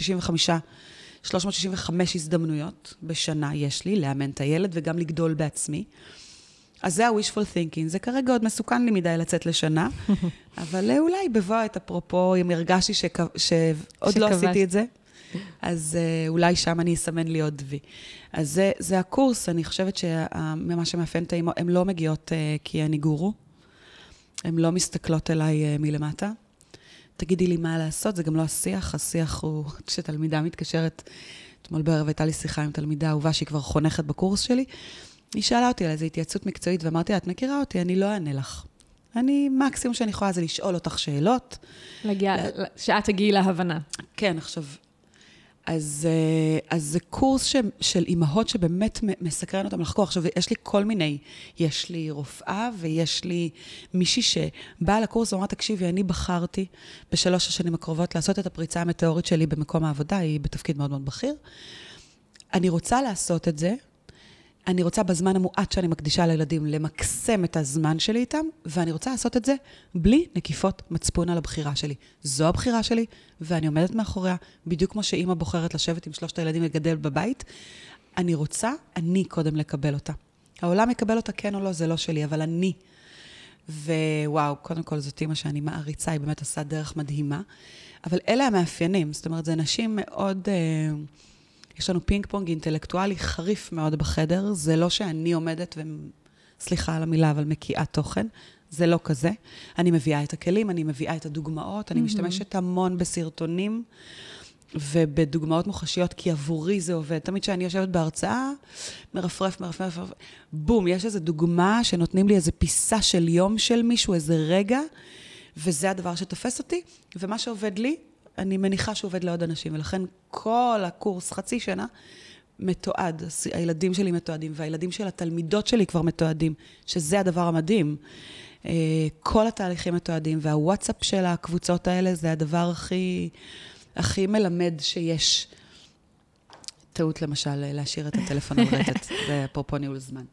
365 הזדמנויות בשנה יש לי, לאמן את הילד וגם לגדול בעצמי. אז זה ה-wishful thinking, זה כרגע עוד מסוכן לי מדי לצאת לשנה, אבל אולי בבוא את אפרופו, אם הרגשתי שעוד לא עשיתי את זה, אז אולי שם אני אסמן לי עוד וי. אז זה הקורס, אני חושבת שממה שמאפיין את האמא, הן לא מגיעות כי אני גורו, הן לא מסתכלות אליי מלמטה. תגידי לי מה לעשות, זה גם לא השיח, השיח הוא שתלמידה מתקשרת, אתמול בערב הייתה לי שיחה עם תלמידה אהובה שהיא כבר חונכת בקורס שלי, היא שאלה אותי על איזו התייעצות מקצועית, ואמרתי, את מכירה אותי, אני לא אענה לך. מקסימום שאני יכולה זה לשאול אותך שאלות. שאת תגיעי להבנה. כן, עכשיו, אז זה קורס של אימהות שבאמת מסקרן אותם לחקור. עכשיו, יש לי כל מיני, יש לי רופאה ויש לי מישהי שבאה לקורס ואומרה, תקשיבי, אני בחרתי ב3 השנים הקרובות לעשות את הפריצה המטאורית שלי במקום העבודה, היא בתפקיד מאוד מאוד בכיר. אני רוצה לעשות את זה, אני רוצה בזמן המועט שאני מקדישה לילדים למקסם את הזמן שלי איתם, ואני רוצה לעשות את זה בלי נקיפות מצפון על הבחירה שלי. זו הבחירה שלי, ואני עומדת מאחוריה, בדיוק כמו שאמא בוחרת לשבת עם 3 הילדים לגדל בבית. אני רוצה, אני קודם לקבל אותה. העולם יקבל אותה כן או לא, זה לא שלי, אבל אני. ווואו, קודם כל זאת אמא שאני מעריצה, היא באמת עושה דרך מדהימה. אבל אלה המאפיינים, זאת אומרת, זה נשים מאוד... יש לנו פינג פונג אינטלקטואלי חריף מאוד בחדר, זה לא שאני עומדת, סליחה על המילה, אבל מקיאה תוכן, זה לא כזה. אני מביאה את הכלים, אני מביאה את הדוגמאות, אני משתמשת המון בסרטונים, ובדוגמאות מוחשיות, כי עבורי זה עובד. תמיד כשאני יושבת בהרצאה, מרפרף, בום, יש איזו דוגמה שנותנים לי איזו פיסה של יום של מישהו, איזה רגע, וזה הדבר שתופס אותי, ומה שעובד לי, אני מניחה שהוא עובד לעוד אנשים, ולכן כל הקורס, חצי שנה, מתועד. הילדים שלי מתועדים, והילדים של התלמידות שלי כבר מתועדים, שזה הדבר המדהים. כל התהליכים מתועדים, והוואטסאפ של הקבוצות האלה, זה הדבר הכי מלמד שיש. טעות למשל, להשאיר את הטלפון על רטט, זה אפרופו ניהול זמן.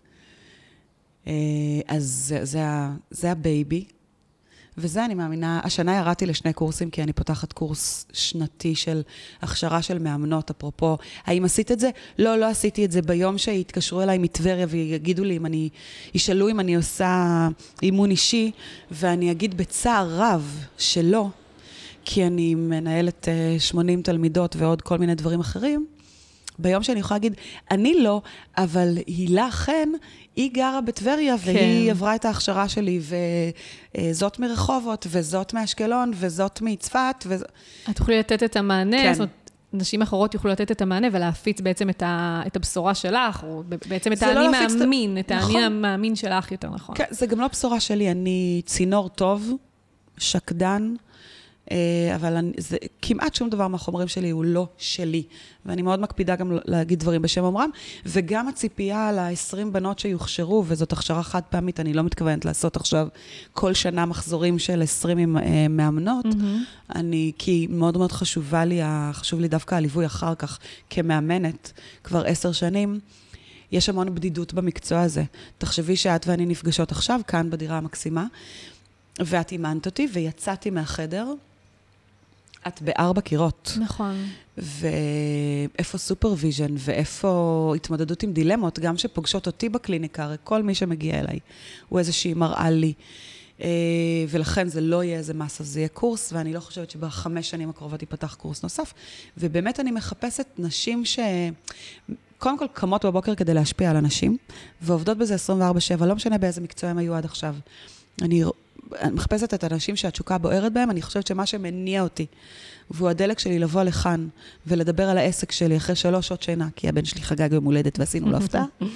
אז זה הבייבי. וזה אני מאמינה, השנה ירדתי ל2 קורסים, כי אני פותחת קורס שנתי של הכשרה של מאמנות, אפרופו, האם עשית את זה? לא, לא עשיתי את זה. ביום שהתקשרו אליי מטבריה ויגידו לי, ישאלו אם אני עושה אימון אישי, ואני אגיד בצער רב שלא, כי אני מנהלת 80 תלמידות ועוד כל מיני דברים אחרים, ביום שאני יכולה להגיד, אני לא, אבל הילה חן, היא גרה בטבריה, והיא עברה את ההכשרה שלי, וזאת מרחובות, וזאת מאשקלון, וזאת מצפת. את תוכלי לתת את המענה, זאת אומרת, נשים אחרות יוכלו לתת את המענה, ולהפיץ בעצם את הבשורה שלך, או בעצם את האני מאמין, את האני המאמין שלך יותר נכון. כן, זה גם לא בשורה שלי, אני צינור טוב, שקדן, אבל כמעט שום דבר מהחומרים שלי הוא לא שלי, ואני מאוד מקפידה גם להגיד דברים בשם אומרם, וגם הציפייה על 20 בנות שיוכשרו, וזאת הכשרה חד פעמית, אני לא מתכוונת לעשות עכשיו כל שנה מחזורים של 20 מאמנות, כי מאוד מאוד חשוב לי דווקא הליווי אחר כך, כמאמנת, כבר 10 שנים, יש המון בדידות במקצוע הזה. תחשבי שאת ואני נפגשות עכשיו, כאן בדירה המקסימה, ואת אימנת אותי, ויצאתי מהחדר, את ב4 קירות. נכון. ואיפה סופרוויז'ן, ואיפה התמודדות עם דילמות, גם שפוגשות אותי בקליניקה, כל מי שמגיע אליי, הוא איזושהי מראה לי. ולכן זה לא יהיה איזה מסה, זה יהיה קורס, ואני לא חושבת שב5 שנים הקרובות ייפתח קורס נוסף. ובאמת אני מחפשת נשים קודם כל קמות בבוקר כדי להשפיע על אנשים, ועובדות בזה 24/7, לא משנה באיזה מקצוע הם היו עד עכשיו. אני מחפשת את האנשים שהתשוקה בוערת בהם, אני חושבת שמה שמניע אותי, והוא הדלק שלי לבוא לכאן, ולדבר על העסק שלי אחרי 3 שעות שינה, כי הבן שלי חגג יום הולדת ועשינו לו הפתעה,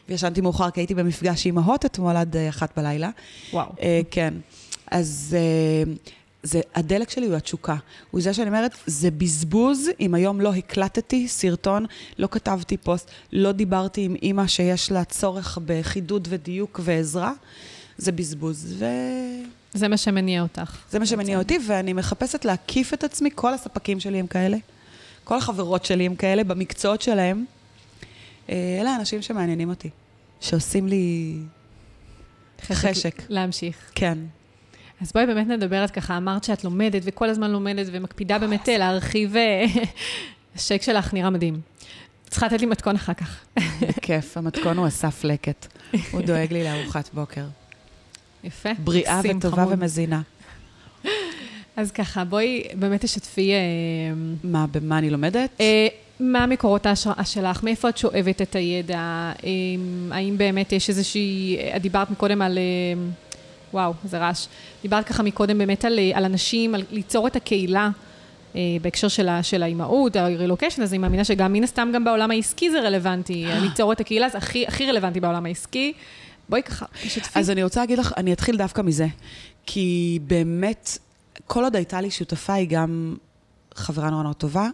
וישנתי מאוחר, כי הייתי במפגש עם אמהות אתמול עד 1 בלילה. וואו. כן. אז הדלק שלי הוא התשוקה. הוא זה שאני אומרת, זה בזבוז, אם היום לא הקלטתי סרטון, לא כתבתי פוסט, לא דיברתי עם אמא שיש לה צורך בחידוד ודיוק ועזרה, זה בזבוז. זה מה שמניע אותך. זה מה שמניע אותי, ואני מחפשת להקיף את עצמי, כל הספקים שלי הם כאלה, כל החברות שלי הם כאלה, במקצועות שלהם. אלה האנשים שמעניינים אותי, שעושים לי חשק. להמשיך. כן. אז בואי באמת נדברת ככה, אמרת שאת לומדת וכל הזמן לומדת ומקפידה באמת להרחיב, השק שלך נראה מדהים. צריכה לתת לי מתכון אחר כך. בכיף, המתכון הוא אסף לקט. הוא דואג לי לארוחת בוקר. יפה. בריאה וטובה ומזינה. אז ככה, בואי באמת תשתפי... במה אני לומדת? מה מקורות ההשראה שלך? מאיפה את שואבת את הידע? האם באמת יש איזושהי... את דיברת מקודם על... וואו, זה רעש. דיברת ככה מקודם באמת על אנשים, על ליצור את הקהילה בהקשר של האימהות, הרילוקיישן, אז אני מאמינה שגם מן הסתם גם בעולם העסקי זה רלוונטי. ליצור את הקהילה זה הכי רלוונטי בעולם העסקי. בואי ככה, תשתפי. אז אני רוצה להגיד לך, אני אתחיל דווקא מזה, כי באמת, כל עוד הייתה לי שותפה, היא גם חברה נורא נורא טובה,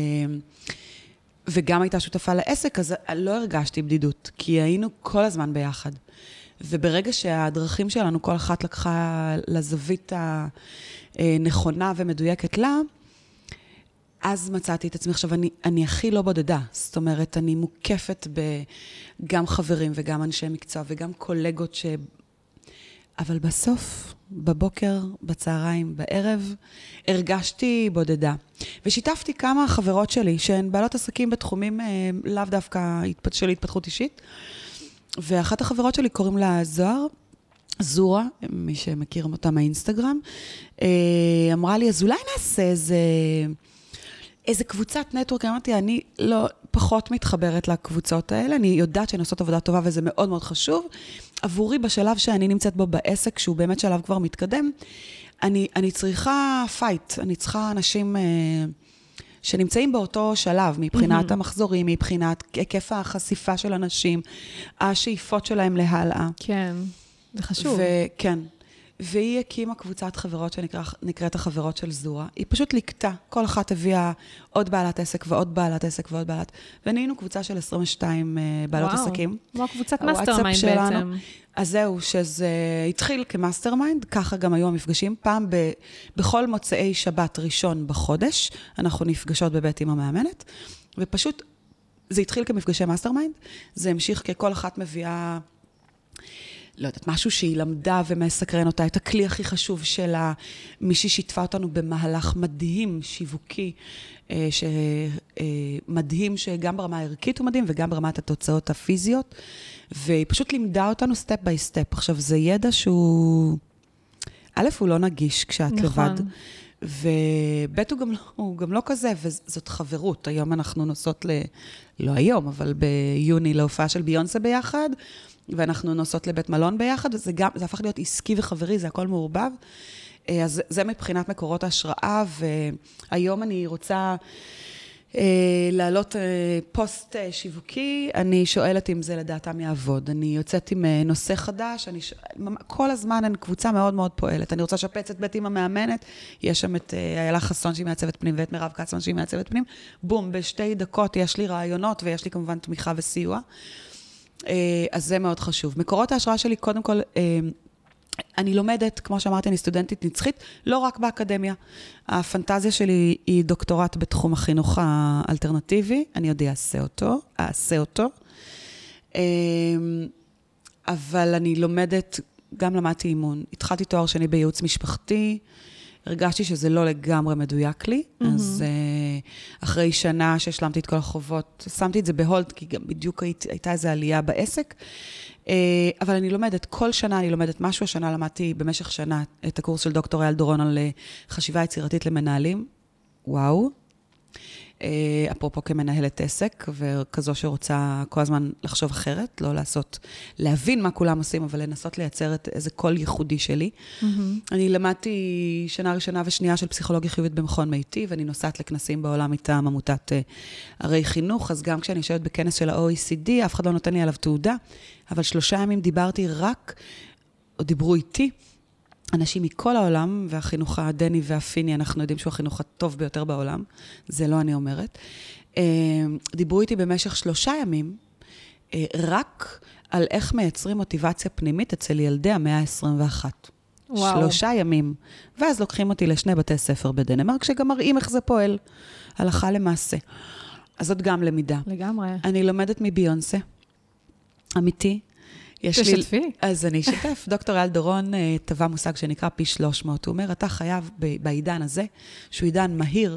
וגם הייתה שותפה לעסק, אז לא הרגשתי בדידות, כי היינו כל הזמן ביחד. וברגע שהדרכים שלנו, כל אחת לקחה לזווית הנכונה ומדויקת לה, אז מצאתי את עצמי. עכשיו, אני הכי לא בודדה. זאת אומרת, אני מוקפת גם חברים וגם אנשי מקצוע וגם קולגות אבל בסוף, בבוקר, בצהריים, בערב, הרגשתי בודדה. ושיתפתי כמה חברות שלי, שהן בעלות עסקים בתחומים לאו דווקא של התפתחות אישית. ואחת החברות שלי קוראים לה זורה, מי שמכיר אותה מהאינסטגרם, אמרה לי, אז אולי נעשה איזה קבוצת נטוורק. אמרתי, אני לא פחות מתחברת לקבוצות האלה, אני יודעת שהן עושות עבודה טובה וזה מאוד מאוד חשוב. עבורי בשלב שאני נמצאת בו בעסק, שהוא באמת שלב כבר מתקדם, אני צריכה פייט, אני צריכה אנשים שנמצאים באותו שלב, מבחינת המחזורים, מבחינת היקף החשיפה של אנשים, השאיפות שלהם להעלאה. כן, זה חשוב. וכן. והיא הקימה קבוצת חברות שנקראת החברות של זורה. היא פשוט ליקטה. כל אחת הביאה עוד בעלת עסק ועוד בעלת עסק ועוד בעלת. ונהיינו קבוצה של 22 בעלות עסקים. כמו קבוצת מאסטרמיינד בעצם. אז זהו, שזה התחיל כמאסטרמיינד, ככה גם היו המפגשים. פעם בכל מוצאי שבת ראשון בחודש, אנחנו נפגשות בבית עם המאמנת, ופשוט זה התחיל כמפגשי מאסטרמיינד, זה המשיך ככל אחת מביאה, לא יודעת, משהו שהיא למדה ומסקרן אותה, את הכלי הכי חשוב שלה, מישהי שיתפה אותנו במהלך מדהים, שיווקי, מדהים שגם ברמה הערכית הוא מדהים, וגם ברמת התוצאות הפיזיות, והיא פשוט לימדה אותנו סטפ ביי סטפ. עכשיו, זה ידע שהוא, א', הוא לא נגיש כשאת לבד, וב' הוא גם לא כזה, וזאת חברות. היום אנחנו נוסעות לא היום, אבל ביוני להופעה של ביונסה ביחד, ואנחנו נוסעות לבית מלון ביחד, זה הפך להיות עסקי וחברי, זה הכל מעורבב. אז זה מבחינת מקורות ההשראה, והיום אני רוצה להעלות פוסט שיווקי, אני שואלת אם זה לדעתם יעבוד. אני יוצאת עם נושא חדש, כל הזמן אני קבוצה מאוד מאוד פועלת. אני רוצה לשפץ את בית עם המאמנת, יש שם את איילה חסון שהיא מעצבת פנים, ואת מירב קצמן שהיא מעצבת פנים. בום, בשתי דקות יש לי רעיונות, ויש לי כמובן תמיכה וסיוע. אז זה מאוד חשוב. מקורות ההשראה שלי, קודם כל, אני לומדת, כמו שאמרתי, אני סטודנטית נצחית, לא רק באקדמיה. הפנטזיה שלי היא דוקטורט בתחום החינוך האלטרנטיבי, אני עוד אעשה אותו. אבל אני לומדת, גם למדתי אימון. התחלתי תואר שני בייעוץ משפחתי, הרגשתי שזה לא לגמרי מדויק לי, אז אחרי שנה שהשלמתי את כל החובות, שמתי את זה בהולד, כי גם בדיוק הייתה איזו עלייה בעסק, אבל אני לומדת, כל שנה אני לומדת משהו, השנה למדתי במשך שנה את הקורס של דוקטור אייל דורון על חשיבה יצירתית למנהלים, וואו, אפרופו כמנהלת עסק, וכזו שרוצה כל הזמן לחשוב אחרת, לא להבין מה כולם עושים, אבל לנסות לייצר איזה קול ייחודי שלי. אני למדתי שנה ראשונה ושנייה של פסיכולוגיה חיובית במכון מיטיב, ואני נוסעת לכנסים בעולם מטעם עמותת ערי חינוך, אז גם כשאני יושבת בכנס של ה-OECD, אף אחד לא נותן לי עליו תעודה, אבל 3 ימים דיברתי או דיברו איתי, אנשים מכל העולם, והחינוך הדני והפיני, אנחנו יודעים שהוא החינוך הטוב ביותר בעולם, זה לא אני אומרת, דיברו איתי במשך 3 ימים, רק על איך מייצרים מוטיבציה פנימית אצל ילדי המאה ה-21. 3 ימים. ואז לוקחים אותי ל2 בתי ספר בדנמרק, שגם מראים איך זה פועל, הלכה למעשה. אז זאת גם למידה. לגמרי. אני לומדת מביונסה, אמיתי, תשתפי. אז אני אשתף. דוקטור אייל דורון טבע מושג שנקרא פי 300. הוא אומר, אתה חייב בעידן הזה, שהוא עידן מהיר,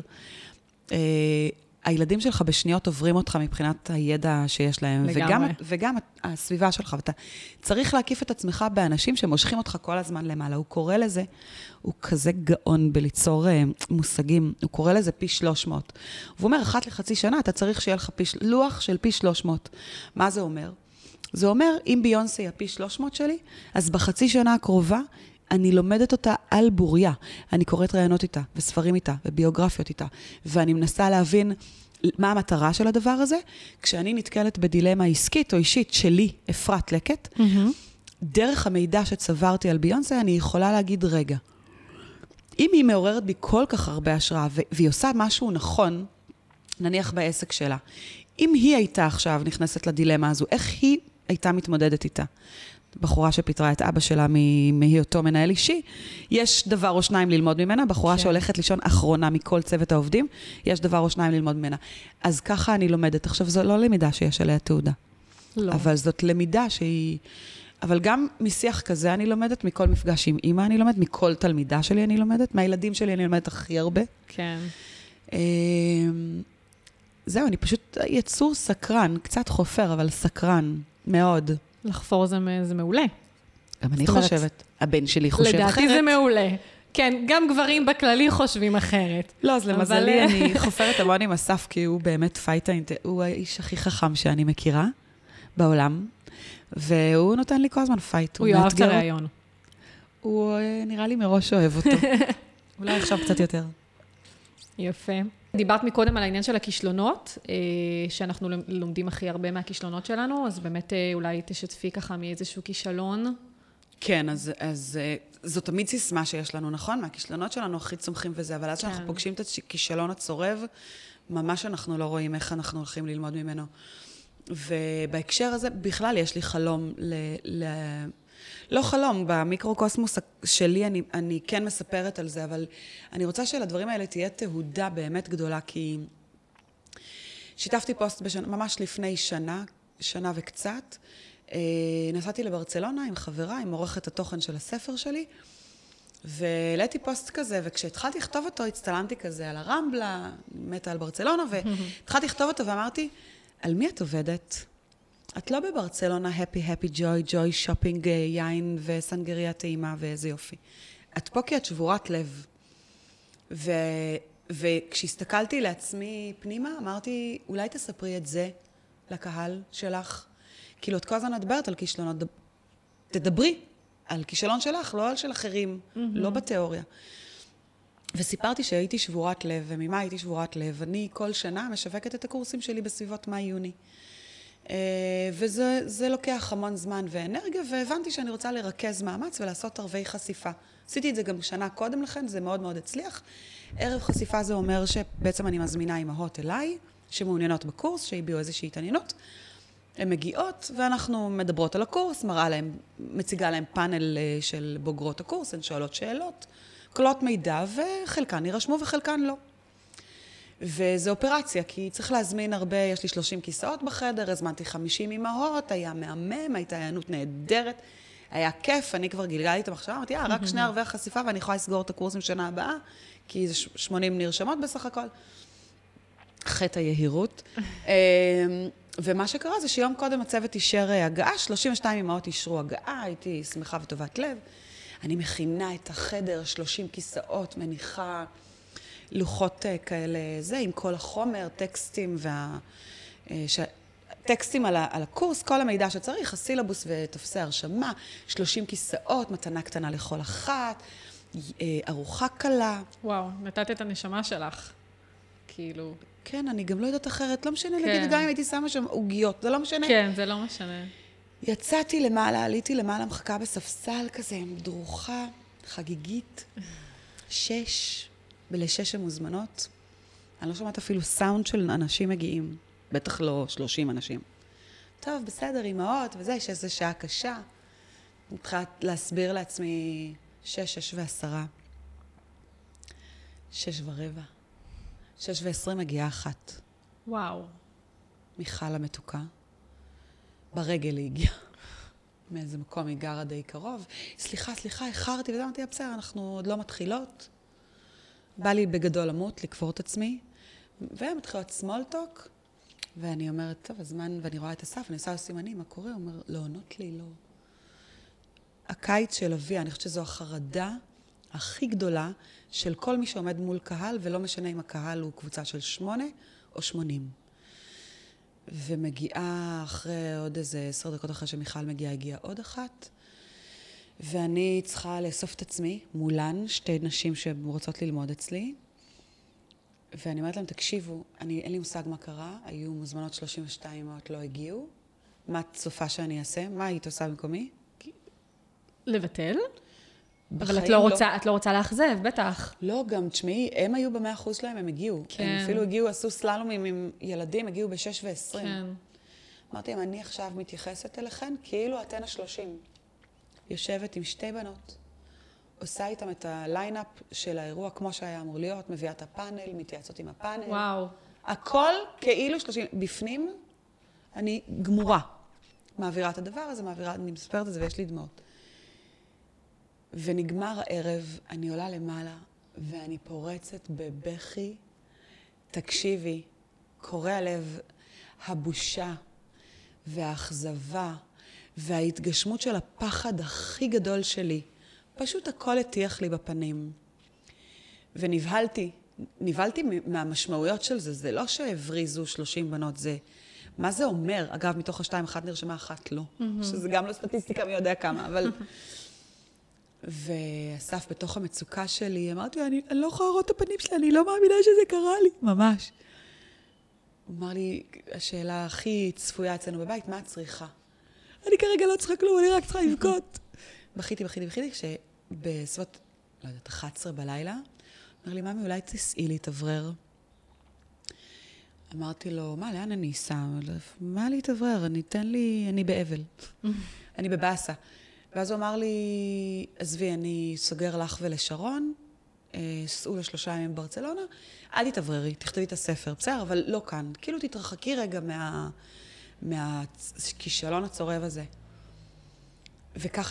הילדים שלך בשניות עוברים אותך מבחינת הידע שיש להם. לגמרי. וגם הסביבה שלך. ואתה צריך להקיף את עצמך באנשים שמושכים אותך כל הזמן למעלה. הוא קורא לזה, הוא כזה גאון בליצור מושגים, הוא קורא לזה פי 300. והוא אומר, 1 לחצי שנה, אתה צריך שיהיה לך לוח של פי 300. מה זה אומר? זה אומר, אם ביונסה היא הפי 300 שלי, אז בחצי שנה הקרובה, אני לומדת אותה על בוריה. אני קוראת רעיונות איתה, וספרים איתה, וביוגרפיות איתה, ואני מנסה להבין מה המטרה של הדבר הזה. כשאני נתקלת בדילמה עסקית או אישית שלי, אפרת לקט, דרך המידע שצברתי על ביונסה, אני יכולה להגיד, רגע, אם היא מעוררת בי כל כך הרבה השראה, והיא עושה משהו נכון, נניח בעסק שלה, אם היא הייתה עכשיו נכנסת לדילמה הזו, איך היא הייתה מתמודדת איתה? בחורה שפיתרה את אבא שלה מהיותו מנהל אישי, יש דבר או שניים ללמוד ממנה, בחורה שהולכת לישון אחרונה מכל צוות העובדים, יש דבר או שניים ללמוד ממנה. אז ככה אני לומדת. עכשיו, זו לא למידה שיש עליה תעודה. לא. אבל זאת למידה שהיא... אבל גם משיח כזה אני לומדת, מכל מפגש עם אמא אני לומדת, מכל תלמידה שלי אני לומדת, מהילדים שלי אני לומדת הכי הרבה. כן. זהו, אני פשוט יצור סקרן, קצת חופר, אבל סקרן, מאוד. לחפור זה מעולה. גם אני חושבת. הבן שלי חושב אחרת. לדעתי זה מעולה. כן, גם גברים בכללי חושבים אחרת. לא, אז למזלי אני חופרת המון עם אסף, כי הוא באמת פייטה, הוא האיש הכי חכם שאני מכירה בעולם, והוא נותן לי כל הזמן פייט. הוא יאהב את הרעיון. הוא נראה לי מראש אוהב אותו. אולי עכשיו קצת יותר. יפה. דיברת מקודם על העניין של הכישלונות, שאנחנו לומדים הכי הרבה מהכישלונות שלנו, אז באמת אולי תשתפי ככה מאיזשהו כישלון. כן, אז זו תמיד סיסמה שיש לנו, נכון? מהכישלונות שלנו הכי צומחים וזה, אבל אז שאנחנו פוגשים את הכישלון הצורב, ממש אנחנו לא רואים איך אנחנו הולכים ללמוד ממנו. ובהקשר הזה, בכלל יש לי חלום לא חלום, במיקרוקוסמוס שלי אני כן מספרת על זה, אבל אני רוצה שלדברים האלה תהיה תהודה באמת גדולה, כי שיתפתי פוסט ממש לפני שנה וקצת, נסעתי לברצלונה עם חברה, עם עורכת התוכן של הספר שלי, והעליתי פוסט כזה, וכשהתחלתי לכתוב אותו, הצטלמתי כזה על הרמבלה, מתה על ברצלונה, והתחלתי לכתוב אותו ואמרתי, על מי את עובדת? את לא בברצלונה, happy, joy, שופינג, יין וסנגריה טעימה ואיזה יופי. את פה כי את שבורת לב. וכשהסתכלתי לעצמי פנימה, אמרתי, אולי תספרי את זה לקהל שלך. כאילו, את כל הזמן מדברת על כישלונות. תדברי על כישלון שלך, לא על של אחרים, לא בתיאוריה. וסיפרתי שהייתי שבורת לב, וממה הייתי שבורת לב? אני כל שנה משווקת את הקורסים שלי בסביבות מאי-יוני. וזה לוקח המון זמן ואנרגיה, והבנתי שאני רוצה לרכז מאמץ ולעשות ערבי חשיפה. עשיתי את זה גם שנה קודם לכן, זה מאוד מאוד הצליח. ערב חשיפה זה אומר שבעצם אני מזמינה אימהות אליי, שמעוניינות בקורס, שהביאו איזושהי התעניינות. הן מגיעות, ואנחנו מדברות על הקורס, מציגה להם פאנל של בוגרות הקורס, הן שואלות שאלות, קולות מידע, וחלקן יירשמו וחלקן לא. וזו אופרציה, כי צריך להזמין הרבה, יש לי 30 כיסאות בחדר, הזמנתי 50 אימהות, היה מהמם, הייתה הענות נהדרת, היה כיף, אני כבר גלגלתי את המחשבה, אמרתי, רק 2 ערבי החשיפה, ואני יכולה לסגור את הקורסים שנה הבאה, כי זה 80 נרשמות בסך הכל. חטא היהירות. ומה שקרה זה שיום קודם הצוות אישר הגעה, 32 אימהות אישרו הגעה, הייתי שמחה וטובת לב. אני מכינה את החדר, 30 כיסאות, מניחה לוחות כאלה, עם כל החומר, טקסטים טקסטים על הקורס, כל המידע שצריך, הסילבוס וטופסי הרשמה, 30 כיסאות, מתנה קטנה לכל אחת, ארוחה קלה. וואו, נתת את הנשמה שלך. כאילו... כן, אני גם לא יודעת אחרת, לא משנה, נגיד, גם אם הייתי שמה שם עוגיות, זה לא משנה. כן, זה לא משנה. יצאתי למעלה, עליתי למעלה, מחכה בספסל כזה, עם דרוכה, חגיגית, 6, ול6 המוזמנות. אני לא שומעת אפילו סאונד של אנשים מגיעים, בטח לא 30 אנשים. טוב, בסדר, אמהות וזה, יש איזו שעה קשה. התחלתי להסביר לעצמי 6 ו10. 6:15. 6:20 מגיעה אחת. וואו. מיכל המתוקה. ברגל היא הגיעה. מאיזה מקום היא גרה די קרוב. סליחה, איחרתי, וזה אמרתי, בסדר, אנחנו עוד לא מתחילות. בא לי בגדול למות, לקבור את עצמי, ומתחילות סמולטוק, ואני אומרת, טוב, הזמן, ואני רואה את אסף, אני עושה לו סימנים, מה קורה? הוא אומר, לא עונות לי, לא. הקיץ של אבי, אני חושבת שזו החרדה הכי גדולה של כל מי שעומד מול קהל, ולא משנה אם הקהל הוא קבוצה של 8 או 80. ומגיעה אחרי עוד איזה 10 דקות אחרי שמיכל הגיעה עוד אחת, ואני צריכה לאסוף את עצמי מולן, 2 נשים שרוצות ללמוד אצלי, ואני אומרת להם, תקשיבו, אין לי מושג מה קרה, היו מוזמנות 32 אמהות, לא הגיעו, מה את צופה שאני אעשה? מה היית עושה במקומי? לבטל? אבל את לא רוצה לאכזב, בטח. לא, גם תשמעי, הם היו ב100% שלהם, הם הגיעו. כן. הם אפילו הגיעו, עשו סללומים עם ילדים, הגיעו ב6:20. כן. אמרתי, אם אני עכשיו מתייחסת אליכן, כאילו אתן ה-30. יושבת עם 2 בנות, עושה איתם את הליינאפ של האירוע, כמו שהיה אמור להיות, מביאה את הפאנל, מתייעצות עם הפאנל. וואו. הכל כאילו 30. בפנים, אני גמורה. מעבירה את הדבר הזה, אני מספרת את זה ויש לי דמעות. ונגמר הערב, אני עולה למעלה, ואני פורצת בבכי. תקשיבי, קורע לב, הבושה והאכזבה וההתגשמות של הפחד הכי גדול שלי. פשוט הכל הטיח לי בפנים. ונבהלתי מהמשמעויות של זה. זה לא שהבריזו 30 בנות, זה... מה זה אומר? אגב, מתוך ה2, 1 נרשמה, 1 לא. שזה גם לא סטטיסטיקה מי יודע כמה, אבל... ואסף בתוך המצוקה שלי, אמרתי, אני לא יכולה לראות את הפנים שלי, אני לא מאמינה שזה קרה לי. ממש. הוא אמר לי, השאלה הכי צפויה אצלנו בבית, מה את צריכה? אני כרגע לא צריכה כלום, אני רק צריכה לבכות. בכיתי, כשבסביבות, לא יודעת, 11 בלילה, אמר לי, ממי, אולי תסעי לי, תברר. אמרתי לו, מה, לאן אני אסע? מה לי תברר? אני באבל. אני בבאסה. ואז הוא אמר לי, עזבי, אני סוגר לך ולשרון, סעו ל3 ימים בברצלונה, אל תתבררי, תכתבי את הספר, בסדר, אבל לא כאן. כאילו תתרחקי רגע מהכישלון הצורב הזה. וככה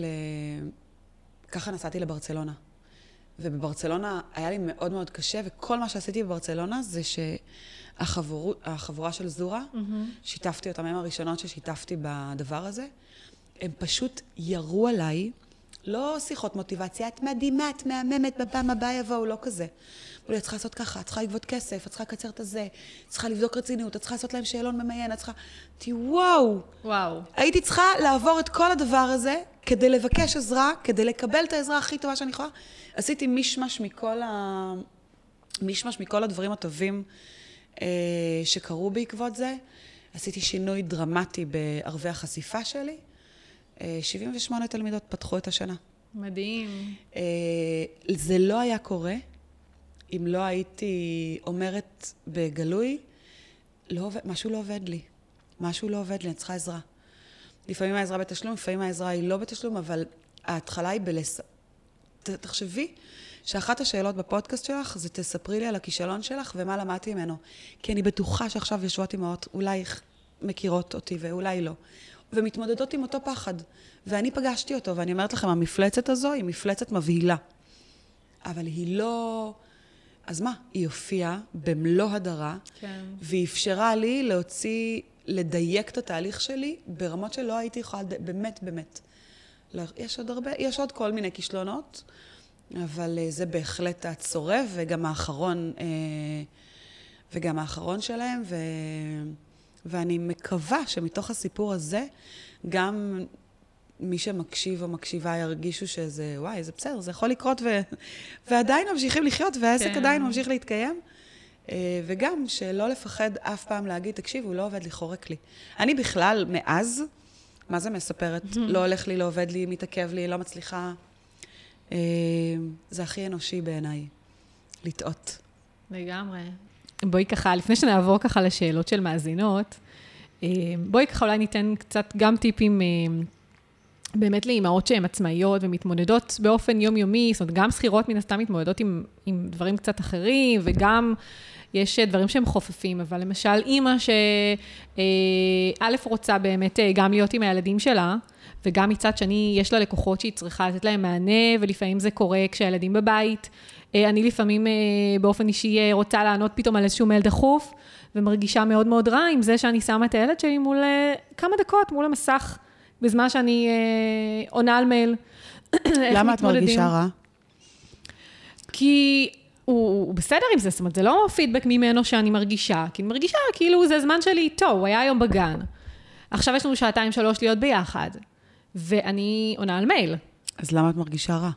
נסעתי לברצלונה. ובברצלונה היה לי מאוד מאוד קשה, וכל מה שעשיתי בברצלונה זה שהחבורה של זורה, שיתפתי אותם, הם הראשונות ששיתפתי בדבר הזה, הם פשוט ירו עליי, לא שיחות מוטיבציה, את מדהימה, את מהממת, בפעם הבאה יבואו, לא כזה. אמרו לי, את צריכה לעשות ככה, את צריכה לגבות כסף, את צריכה לקצר את הזה, את צריכה לבדוק רצינות, את צריכה לעשות להם שאלון ממיין, את צריכה... וואו. הייתי צריכה לעבור את כל הדבר הזה, כדי לבקש עזרה, כדי לקבל את העזרה הכי טובה שאני יכולה. עשיתי מישמש מכל הדברים הטובים שקרו בעקבות זה. עשיתי שינוי דרמטי בערבי החשיפה שלי. 78 תלמידות פתחו את השנה. מדהים. זה לא היה קורה אם לא הייתי אומרת בגלוי, משהו לא עובד לי, אני צריכה עזרה. לפעמים העזרה בתשלום, לפעמים העזרה היא לא בתשלום, אבל ההתחלה היא תחשבי שאחת השאלות בפודקאסט שלך זה תספרי לי על הכישלון שלך ומה למדתי ממנו. כי אני בטוחה שעכשיו ישועות אמהות, אולי מכירות אותי ואולי לא. ומתמודדות עם אותו פחד. ואני פגשתי אותו, ואני אומרת לכם, המפלצת הזו היא מפלצת מבהילה. אבל היא לא... אז מה? היא הופיעה במלוא הדרה, כן. והיא אפשרה לי לדייק את התהליך שלי ברמות שלא הייתי יכולה, באמת. לא, יש עוד כל מיני כישלונות, אבל זה בהחלט הצורב, וגם האחרון שלהם, ואני מקווה שמתוך הסיפור הזה, גם מי שמקשיב או מקשיבה ירגישו שזה, וואי, זה בסדר, זה יכול לקרות, ועדיין ממשיכים לחיות, והעסק עדיין ממשיך להתקיים. וגם שלא לפחד אף פעם להגיד, תקשיב, הוא לא עובד לי, חורק לי. אני בכלל, מאז, מה זה מספרת? לא הולך לי, לא עובד לי, מתעכב לי, לא מצליחה. זה הכי אנושי בעיניי, לטעות. לגמרי. בואי ככה, לפני שנעבור ככה לשאלות של מאזינות, בואי ככה אולי ניתן קצת גם טיפים באמת לאימהות שהן עצמאיות ומתמודדות באופן יומיומי, זאת אומרת, גם שכירות מן הסתם מתמודדות עם דברים קצת אחרים, וגם יש דברים שהם חופפים, אבל למשל אימא שא' רוצה באמת גם להיות עם הילדים שלה, וגם מצד שני יש לה לקוחות שהיא צריכה לתת להם מענה, ולפעמים זה קורה כשהילדים בבית. אני לפעמים באופן אישי רוצה לענות פתאום על איזשהו מייל דחוף, ומרגישה מאוד מאוד רע עם זה שאני שמה את הילד שלי מול כמה דקות, מול המסך, בזמן שאני עונה על מייל. למה את מרגישה רע? כי הוא בסדר עם זה, זאת אומרת, זה לא פידבק ממנו שאני מרגישה, כי אני מרגישה כאילו זה זמן שלי איתו, הוא היה היום בגן. עכשיו יש לנו 2-3 להיות ביחד, ואני עונה על מייל. אז למה את מרגישה רע?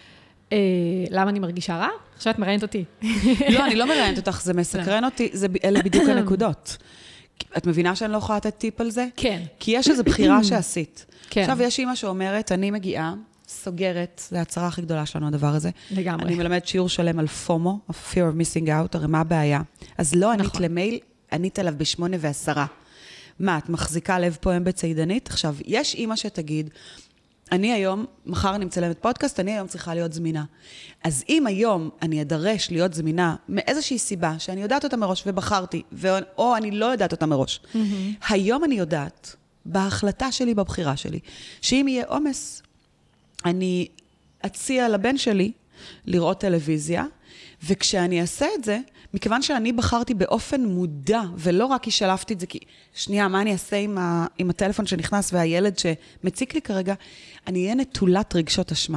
למה אני מרגישה רע? עכשיו את מראיינת אותי. לא, אני לא מראיינת אותך, זה מסקרן אותי, אלה בדיוק הנקודות. את מבינה שאני לא יכולה לתת טיפ על זה? כן. כי יש איזו בחירה שעשית. כן. עכשיו יש אימא שאומרת, אני מגיעה, סוגרת, זה ההצהרה הכי גדולה שלנו, הדבר הזה. לגמרי. אני מלמד שיעור שלם על פומו, fear of missing out, הרי מה הבעיה? אז לא ענית למייל, ענית עליו ב8:10. מה, את מחזיקה לב פועם בציידנית? עכשיו, יש אימא שתגיד, אני היום, מחר אני מצלמת פודקאסט, אני היום צריכה להיות זמינה. אז אם היום אני אדרש להיות זמינה מאיזושהי סיבה שאני יודעת אותה מראש ובחרתי, או אני לא יודעת אותה מראש, היום אני יודעת, בהחלטה שלי, בבחירה שלי, שאם יהיה עומס, אני אציע לבן שלי לראות טלוויזיה, וכשאני אעשה את זה, מכיוון שאני בחרתי באופן מודע, ולא רק השלפתי את זה, כי שנייה, מה אני אעשה עם הטלפון שנכנס והילד שמציק לי כרגע, אני אהיה נטולת רגשות אשמה.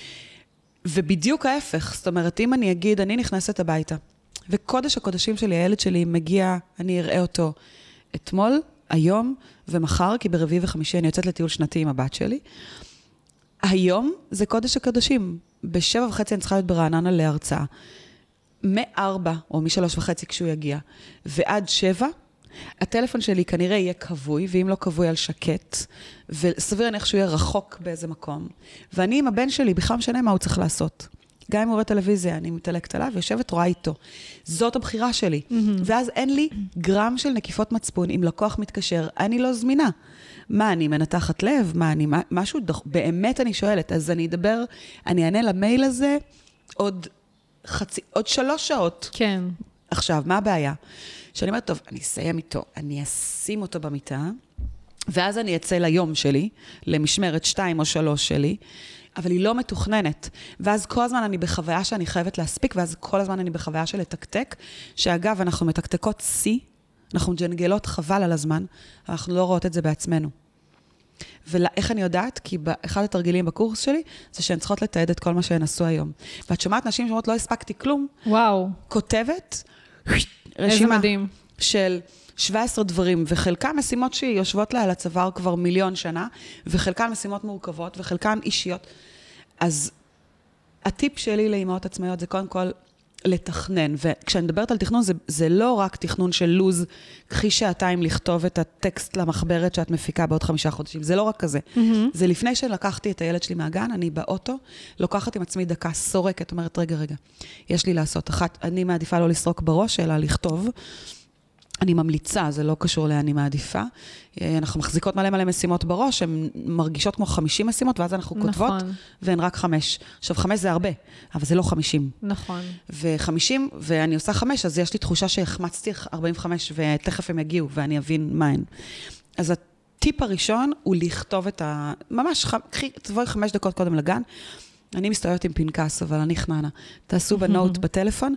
ובדיוק ההפך, זאת אומרת, אם אני אגיד, אני נכנסת הביתה, וקודש הקודשים שלי, הילד שלי מגיע, אני אראה אותו אתמול, היום ומחר, כי ברביעי וחמישי אני יוצאת לטיול שנתי עם הבת שלי, היום זה קודש הקודשים. ב7:30 אני צריכה להיות ברעננה להרצאה. מ4 או מ3:30 כשהוא יגיע, ועד 7, הטלפון שלי כנראה יהיה קבוי, ואם לא קבוי על שקט, וסביר אני איך שהוא יהיה רחוק באיזה מקום. ואני עם הבן שלי, בכלל משנה מה הוא צריך לעשות. גם אם הוא רואה טלוויזיה, אני מתעלקת עליו, ויושבת רואה איתו. זאת הבחירה שלי. ואז אין לי גרם של נקיפות מצפון, אם לקוח מתקשר, אני לא זמינה. מה, אני מנתחת לב? מה, אני משהו באמת אני שואלת. אז אני אענה למייל הזה עוד 3 שעות. כן. עכשיו, מה הבעיה? שאני אומרת, טוב, אני אסיים איתו, אני אשים אותו במיטה, ואז אני אצא ליום שלי, למשמרת 2 או 3 שלי, אבל היא לא מתוכננת. ואז כל הזמן אני בחוויה שאני חייבת להספיק, ואז כל הזמן אני בחוויה של לתקתק, שאגב, אנחנו מתקתקות C, אנחנו ג'נגלות חבל על הזמן, אנחנו לא רואות את זה בעצמנו. ואיך אני יודעת? כי באחד התרגילים בקורס שלי, זה שהן צריכות לתעד את כל מה שהן עשו היום. ואת שומעת נשים שאומרות, לא הספקתי כלום. וואו. כותבת רשימה של 17 דברים, וחלקן משימות שיושבות לה על הצוואר כבר 1,000,000 שנה, וחלקן משימות מורכבות, וחלקן אישיות. אז הטיפ שלי לאימהות עצמאיות זה קודם כל לתכנן, וכשאני מדברת על תכנון, זה לא רק תכנון של לוז, קחי 2 לכתוב את הטקסט למחברת שאת מפיקה בעוד 5 חודשים, זה לא רק כזה. זה לפני שלקחתי את הילד שלי מהגן, אני באוטו, לוקחת עם עצמי דקה, סורקת, אומרת, רגע, יש לי לעשות. אני מעדיפה לא לסרוק בראש, אלא לכתוב. אני ממליצה, זה לא קשור לאני מעדיפה. אנחנו מחזיקות מלא משימות בראש, הן מרגישות כמו 50 משימות, ואז אנחנו כותבות, והן רק 5. עכשיו, 5 זה הרבה, אבל זה לא 50. נכון. ו50, ואני עושה 5, אז יש לי תחושה שהחמצתי 45, ותכף הם יגיעו, ואני אבין מה הן. אז הטיפ הראשון הוא לכתוב את ממש, תבואי 5 דקות קודם לגן, אני מסתובבת עם פנקס, אבל אני חננה. תעשו בנוט בטלפון,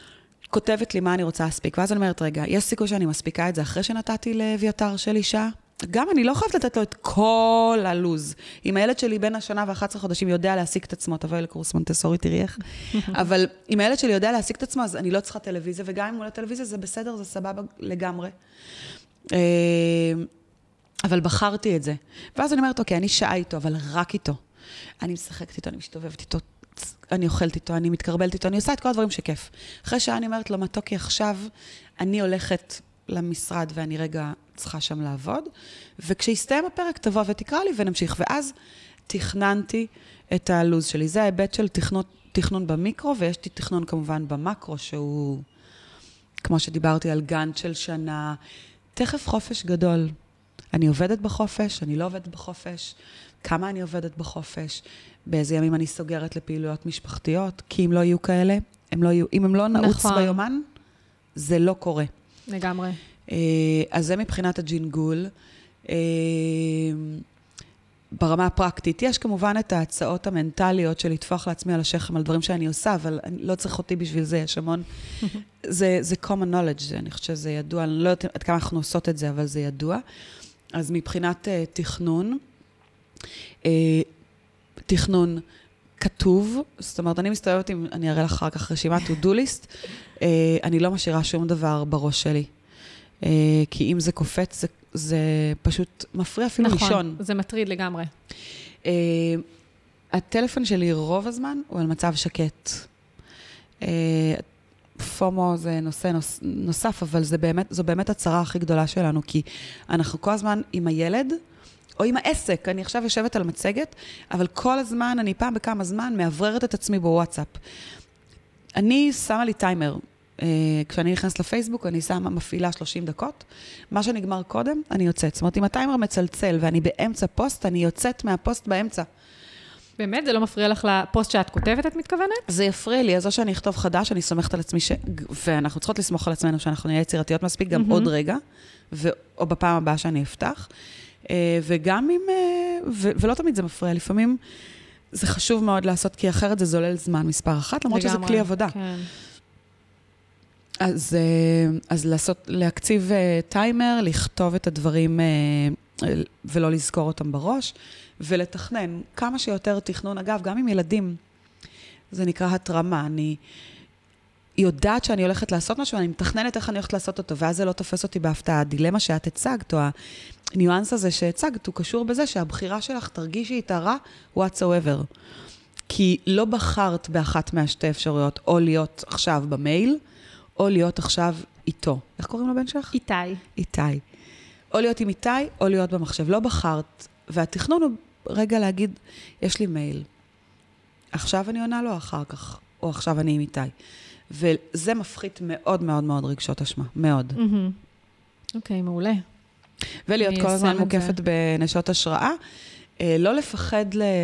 כותבת לי מה אני רוצה להספיק, ואז אני אומרת, רגע, יש סיכוי שאני מספיקה את זה אחרי שנתתי לאביתר של אישה? גם אני לא חייבת לתת לו את כל הלוז. אם הילד שלי בין השנה ו11 חודשים יודע להשיג את עצמו, תבואי לקורס מונטסורי, תראי איך. אבל אם הילד שלי יודע להשיג את עצמו, אז אני לא צריכה טלוויזיה, וגם אם מול הטלוויזיה זה בסדר, זה סבבה לגמרי. אבל בחרתי את זה. ואז אני אומרת, אוקיי, אני שעה איתו, אבל רק איתו. אני משחקת איתו, אני משתובבת איתו, אני אוכלת איתו, אני מתקרבלת איתו, אני עושה את כל הדברים שכיף. אחרי שעה אני אומרת לו, מתוקי, עכשיו אני הולכת למשרד ואני רגע צריכה שם לעבוד, וכשהסתיים הפרק תבוא ותקרא לי ונמשיך. ואז תכננתי את הלוז שלי. זה ההיבט של תכנון במיקרו, ויש לי תכנון כמובן במקרו, שהוא, כמו שדיברתי על גאנט של שנה, תכף חופש גדול. אני עובדת בחופש, אני לא עובדת בחופש, כמה אני עובדת בחופש, באיזה ימים אני סוגרת לפעילויות משפחתיות, כי אם לא יהיו כאלה, אם הם לא נעוץ ביומן, זה לא קורה. לגמרי. אז זה מבחינת הג'ינגול. ברמה הפרקטית, יש כמובן את ההצעות המנטליות של לתפוח לעצמי על השכם, על דברים שאני עושה, אבל אני לא צריך אותי בשביל זה, יש המון. זה common knowledge, אני חושבת שזה ידוע, אני לא יודעת עד כמה אנחנו עושות את זה, אבל זה ידוע. אז מבחינת תכנון כתוב, זאת אומרת, אני מסתובבת עם, אני אראה לך אחר כך רשימת to-do list, אני לא משאירה שום דבר בראש שלי. כי אם זה קופץ, זה פשוט מפריע אפילו לישון. נכון, זה מטריד לגמרי. הטלפון שלי רוב הזמן הוא על מצב שקט. פומו זה נושא נוסף, אבל זו באמת הצרה הכי גדולה שלנו, כי אנחנו כל הזמן עם הילד, או עם העסק, אני עכשיו יושבת על מצגת, אבל כל הזמן, אני פעם בכמה זמן מעבררת את עצמי בוואטסאפ. אני שמה לי טיימר. כשאני נכנסת לפייסבוק, אני שמה מפעילה 30 דקות. מה שנגמר קודם, אני יוצאת. זאת אומרת, אם הטיימר מצלצל ואני באמצע פוסט, אני יוצאת מהפוסט באמצע. באמת? זה לא מפריע לך לפוסט שאת כותבת, את מתכוונת? זה יפריע לי. אז או שאני אכתוב חדש, אני סומכת על עצמי ואנחנו צריכות לסמוך על עצמנו שאנחנו נהיה יצירתיות מספיק גם עוד רגע, או בפעם הבאה שאני אפתח. וגם אם, ולא תמיד זה מפריע, לפעמים זה חשוב מאוד לעשות, כי אחרת זה זולל זמן מספר אחת, למרות שזה כלי עבודה. כן. אז להקציב טיימר, לכתוב את הדברים ולא לזכור אותם בראש, ולתכנן כמה שיותר תכנון. אגב, גם עם ילדים, זה נקרא התרמה. אני יודעת שאני הולכת לעשות משהו, אני מתכננת איך אני הולכת לעשות אותו, ואז זה לא תופס אותי בהפתעה. הדילמה שאת הצגת, או הניואנס הזה שהצגת, הוא קשור בזה שהבחירה שלך תרגישי איתה רע, whatsoever. כי לא בחרת באחת מהשתי אפשרויות, או להיות עכשיו במייל, או להיות עכשיו איתו. איך קוראים לבן שלך? איתי. איתי. או להיות עם איתי, או להיות במחשב. לא בחרת. והתכנון הוא רגע להגיד, יש לי מייל. עכשיו אני עונה לו אחר כך, או עכשיו אני עם איתי. וזה מפחית מאוד מאוד מאוד רגשות אשמה. מאוד. אוקיי, מעולה. ולהיות כל הזמן מוקפת בנשות השראה. לא לפחד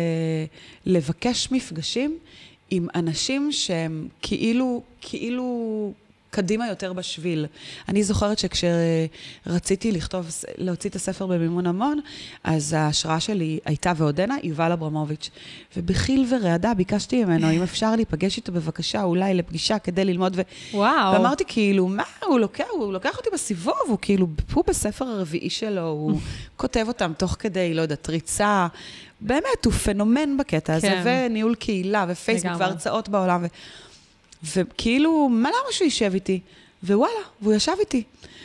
לבקש מפגשים עם אנשים שהם כאילו קדימה יותר בשביל. אני זוכרת שכשרציתי להוציא את הספר במימון המון, אז ההשראה שלי הייתה ועודנה, יובל אברמוביץ'. ובחיל ורעדה ביקשתי ממנו, אם אפשר להיפגש איתו בבקשה, אולי לפגישה כדי ללמוד. וואו. ואמרתי כאילו, מה? הוא לוקח אותי בסיבוב, הוא בספר הרביעי שלו, הוא כותב אותם תוך כדי, לא יודעת, ריצה. באמת, הוא פנומן בקטע הזה, וניהול קהילה, ופייסבוק, והרצאות בעולם, וכאילו, מה למה שהוא יישב איתי? ווואלה, והוא ישב איתי.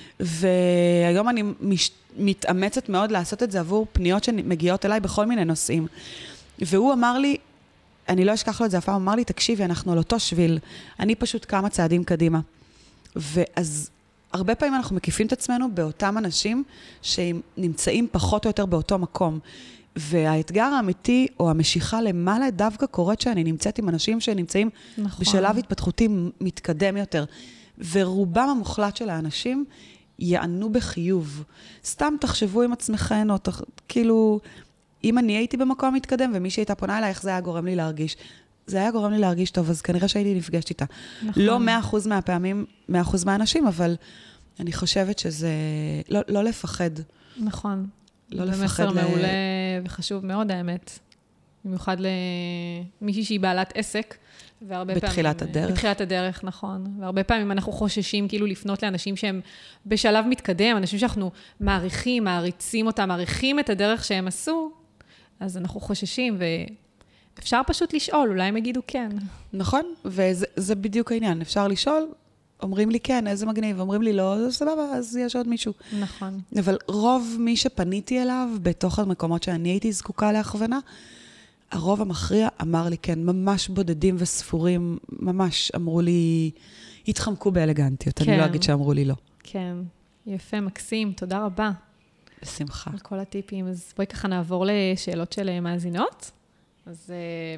והיום אני מתאמצת מאוד לעשות את זה עבור פניות שמגיעות אליי בכל מיני נושאים. והוא אמר לי, אני לא אשכח לו את זה, אף פעם אמר לי, תקשיבי, אנחנו על אותו שביל. אני פשוט כמה צעדים קדימה. ואז הרבה פעמים אנחנו מקיפים את עצמנו באותם אנשים שנמצאים פחות או יותר באותו מקום. והאתגר האמיתי, או המשיכה למעלה, דווקא קורית שאני נמצאת עם אנשים שנמצאים בשלב התפתחותי מתקדם יותר. ורובם המוחלט של האנשים יענו בחיוב. סתם תחשבו עם עצמכם, או כאילו, אם אני הייתי במקום מתקדם, ומי שהייתה פונה אליי, איך זה היה גורם לי להרגיש? זה היה גורם לי להרגיש טוב, אז כנראה שהייתי נפגשת איתה. נכון. לא 100% מהפעמים, 100% מהאנשים, אבל אני חושבת שזה, לא לפחד. נכון. לא לפחד. זה מסר מעולה וחשוב מאוד, האמת. במיוחד למישהי שהיא בעלת עסק, והרבה פעמים... בתחילת הדרך. בתחילת הדרך, נכון. והרבה פעמים אנחנו חוששים כאילו לפנות לאנשים שהם בשלב מתקדם, אנשים שאנחנו מעריכים, מעריצים אותם, מעריכים את הדרך שהם עשו, אז אנחנו חוששים, ואפשר פשוט לשאול, אולי הם יגידו כן. נכון, וזה בדיוק העניין. אפשר לשאול, אומרים לי כן, איזה מגניב, אומרים לי לא, זה סבבה, אז יש עוד מישהו. נכון. אבל רוב מי שפניתי אליו, בתוך המקומות שאני הייתי זקוקה להכוונה, הרוב המכריע אמר לי כן, ממש בודדים וספורים, ממש אמרו לי, התחמקו באלגנטיות, כן. אני לא אגיד שאמרו לי לא. כן, יפה, מקסים, תודה רבה. בשמחה. על כל הטיפים, אז בואי ככה נעבור לשאלות של מאזינות. אז...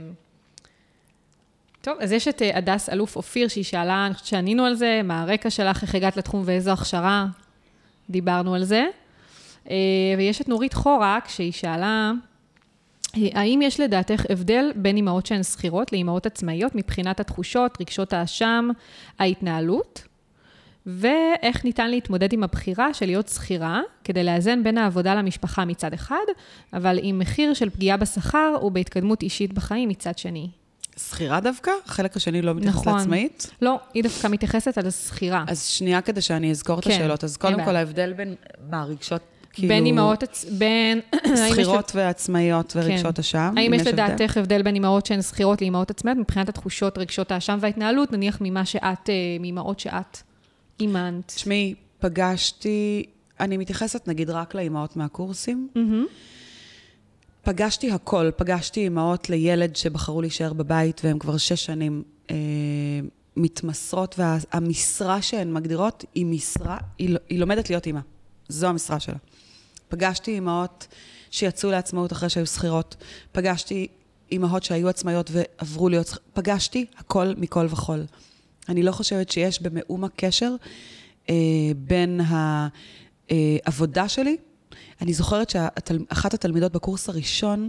טוב, אז יש את הדס אלוף אופיר, שהיא שאלה, אני חושבת שענינו על זה, מה הרקע שלך, איך הגעת לתחום ואיזו הכשרה, דיברנו על זה. ויש את נורית חורק, שהיא שאלה, האם יש לדעתך הבדל בין אימהות שהן שכירות לאימהות עצמאיות, מבחינת התחושות, רגשות האשם, ההתנהלות, ואיך ניתן להתמודד עם הבחירה של להיות שכירה, כדי לאזן בין העבודה למשפחה מצד אחד, אבל עם מחיר של פגיעה בשכר ובהתקדמות אישית בחיים מצד שני. שכירה דווקא? החלק השני לא מתייחס נכון. לעצמאית? לא, היא דווקא מתייחסת על השכירה. אז שנייה כדי שאני אזכור את השאלות. אז קודם כל ההבדל בין הרגשות, כאילו... בין אימהות, בין... שכירות ועצמאיות ורגשות אשם. האם יש לדעתך הבדל בין אימהות שהן שכירות לאימהות עצמאיות, מבחינת התחושות, רגשות האשם וההתנהלות, נניח מאימהות שאת אימנת? תשמעי, פגשתי, אני מתייחסת נגיד רק לאימהות מהקורסים, פגשתי הכל, פגשתי אימהות לילד שבחרו להישאר בבית, והם כבר 6 שנים מתמסרות, והמשרה שהן מגדירות היא משרה, היא לומדת להיות אימא. זו המשרה שלה. פגשתי אימהות שיצאו לעצמאות אחרי שהיו שכירות, פגשתי אימהות שהיו עצמאיות ועברו להיות שכירות, פגשתי הכל מכל וכל. אני לא חושבת שיש במאום הקשר בין העבודה שלי, אני זוכרת שאחת התלמידות בקורס הראשון,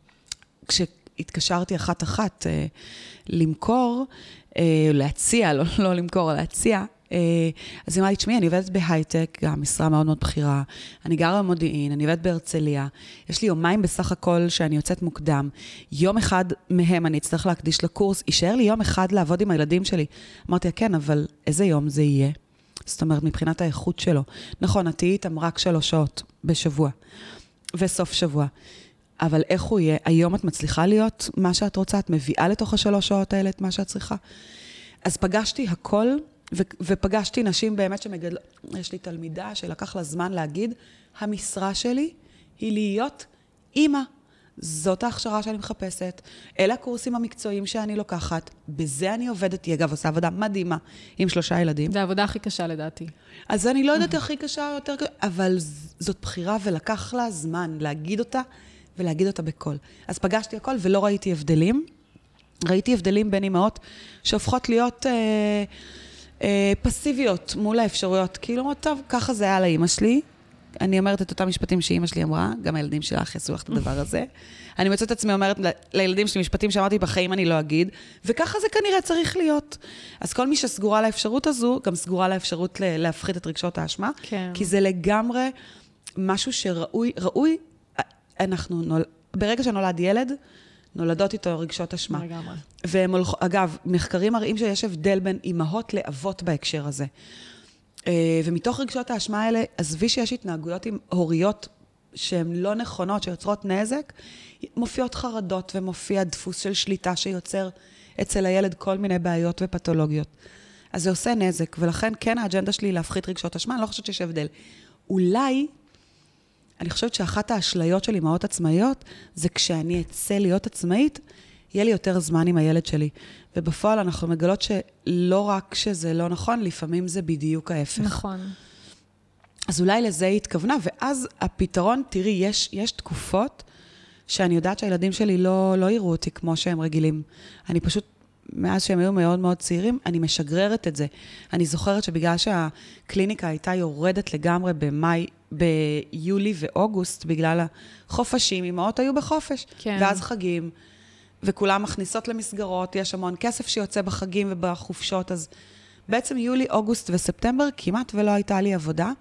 כשהתקשרתי אחת למכור, להציע, לא למכור, להציע, אז היא אמרה לי, תשמעי, אני עובדת בהייטק, גם משרה מאוד מאוד בחירה, אני גרה במודיעין, אני עובדת בהרצליה, יש לי יומיים בסך הכל שאני יוצאת מוקדם, יום אחד מהם אני אצטרך להקדיש לקורס, יישאר לי יום אחד לעבוד עם הילדים שלי. אמרתי, כן, אבל איזה יום זה יהיה? זאת אומרת, מבחינת האיכות שלו. נכון, את תהיי איתם רק 3 שעות בשבוע, וסוף שבוע. אבל איך הוא יהיה? היום את מצליחה להיות מה שאת רוצה, את מביאה לתוך 3 שעות האלה את מה שאת צריכה. אז פגשתי הכל, ופגשתי נשים באמת שמגדלות, יש לי תלמידה שלקח לה זמן להגיד, המשרה שלי היא להיות אימא. זאת ההכשרה שאני מחפשת, אלה הקורסים המקצועיים שאני לוקחת, בזה אני עובדת, היא אגב עושה עבודה מדהימה עם 3 ילדים. זה העבודה הכי קשה לדעתי. אז אני לא יודעת הכי קשה או יותר קשה, אבל זאת בחירה ולקח לה זמן להגיד אותה, ולהגיד אותה בכל. אז פגשתי הכל ולא ראיתי הבדלים. ראיתי הבדלים בין אימהות שהופכות להיות פסיביות מול האפשרויות. כאילו, טוב, ככה זה היה לאמא שלי. אני אומרת את אותם משפטים שאמא שלי אמרה, גם הילדים שלך יעשו לך את הדבר הזה. אני מצאת עצמי אומרת לילדים שלי משפטים שאמרתי בחיים אני לא אגיד, וככה זה כנראה צריך להיות. אז כל מי שסגורה לאפשרות הזו, גם סגורה לאפשרות להפחית את רגשות האשמה, כן. כי זה לגמרי משהו ראוי, ברגע שנולד ילד, נולדות איתו רגשות אשמה. לגמרי. אגב, מחקרים מראים שיש הבדל בין אימהות לאבות בהקשר הזה. ומתוך רגשות האשמה האלה, עזבי שיש התנהגויות עם הוריות שהן לא נכונות, שיוצרות נזק, מופיעות חרדות ומופיע דפוס של שליטה שיוצר אצל הילד כל מיני בעיות ופתולוגיות. אז זה עושה נזק, ולכן כן האג'נדה שלי להפחית רגשות אשמה, אני לא חושבת שיש הבדל. אולי, אני חושבת שאחת האשליות של אימהות עצמאיות, זה כשאני אצא להיות עצמאית, יהיה לי יותר זמן עם הילד שלי. ובפועל אנחנו מגלות שלא רק שזה לא נכון, לפעמים זה בדיוק ההפך. נכון. אז אולי לזה היא התכוונה, ואז הפתרון, תראי, יש תקופות שאני יודעת שהילדים שלי לא יראו אותי כמו שהם רגילים. אני פשוט, מאז שהם היו מאוד מאוד צעירים, אני משגררת את זה. אני זוכרת שבגלל שהקליניקה הייתה יורדת לגמרי ביולי ואוגוסט, בגלל החופשים, אמהות היו בחופש, כן. ואז חגים, וכולם מכניסות למסגרות, יש המון כסף שיוצא בחגים ובחופשות, אז בעצם יולי, אוגוסט וספטמבר כמעט ולא הייתה לי עבודה,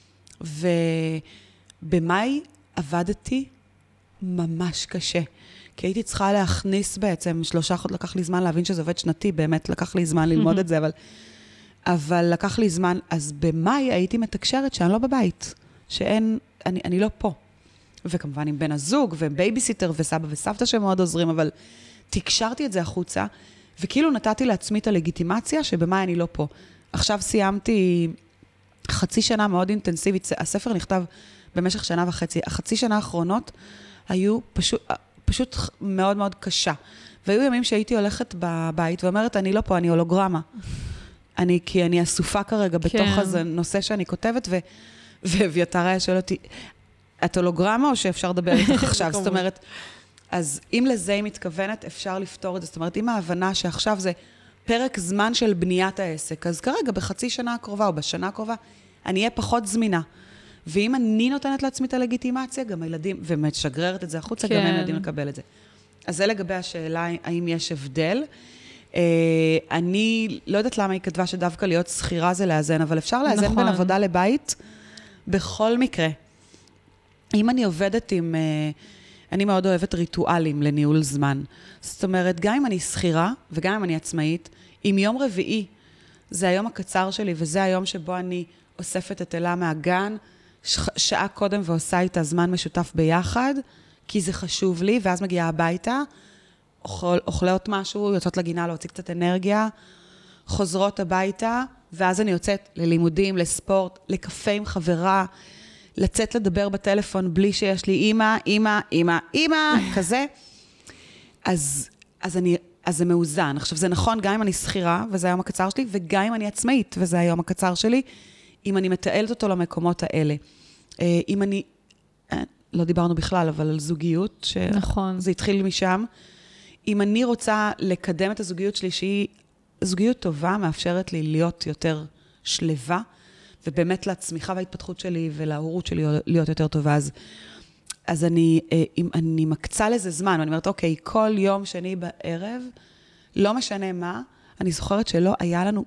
ובמאי עבדתי ממש קשה, כי הייתי צריכה להכניס בעצם, 3 חודשים לקח לי זמן להבין שזה עובד שנתי, באמת לקח לי זמן ללמוד את זה, אבל לקח לי זמן, אז במאי הייתי מתקשרת שאני לא בבית, אני לא פה. וכמובן עם בן הזוג, ובייביסיטר, וסבא וסבתא שמאוד עוזרים, אבל תקשרתי את זה החוצה, וכאילו נתתי לעצמי את הלגיטימציה שבמאי אני לא פה. עכשיו סיימתי חצי שנה מאוד אינטנסיבית, הספר נכתב במשך 1.5 שנה, החצי שנה האחרונות היו פשוט מאוד מאוד קשה. והיו ימים שהייתי הולכת בבית ואומרת, אני לא פה, אני הולוגרמה. כי אני אסופה כרגע בתוך איזה נושא שאני כותבת, ואביתר היה שואל אותי, את הולוגרמה או שאפשר לדבר איתך עכשיו? זאת אומרת, אז אם לזה היא מתכוונת, אפשר לפתור את זה. זאת אומרת, אם ההבנה שעכשיו זה פרק זמן של בניית העסק, אז כרגע בחצי שנה הקרובה או בשנה הקרובה, אני אהיה פחות זמינה. ואם אני נותנת לעצמי את הלגיטימציה, גם הילדים, ומשגררת את זה החוצה, גם הם יודעים לקבל את זה. אז זה לגבי השאלה, האם יש הבדל. אני לא יודעת למה היא כתבה שדווקא להיות שכירה זה לאזן, אבל אפשר לאזן בין עבודה לבית בכל מקרה. אם אני עובדת עם, אני מאוד אוהבת ריטואלים לניהול זמן. זאת אומרת, גם אם אני שכירה וגם אם אני עצמאית, אם יום רביעי זה היום הקצר שלי וזה היום שבו אני אוספת את אלה מהגן, שעה קודם ועושה איתה זמן משותף ביחד, כי זה חשוב לי, ואז מגיעה הביתה, אוכלות משהו, יוצאות לגינה להוציא קצת אנרגיה, חוזרות הביתה, ואז אני יוצאת ללימודים, לספורט, לקפה עם חברה, לצאת לדבר בטלפון בלי שיש לי אמא, כזה. אז זה מאוזן. עכשיו, זה נכון גם אם אני שכירה, וזה היום הקצר שלי, וגם אם אני עצמאית, וזה היום הקצר שלי, אם אני מתעלת אותו למקומות האלה. אם אני, לא דיברנו בכלל, אבל על זוגיות, שזה התחיל משם. אם אני רוצה לקדם את הזוגיות שלי, שהיא זוגיות טובה, מאפשרת לי להיות יותר שלווה, ובאמת לצמיחה וההתפתחות שלי ולהורות שלי להיות יותר טובה. אז אני מקצה לזה זמן, ואני אומרת, אוקיי, כל יום שני בערב, לא משנה מה, אני זוכרת שלא היה לנו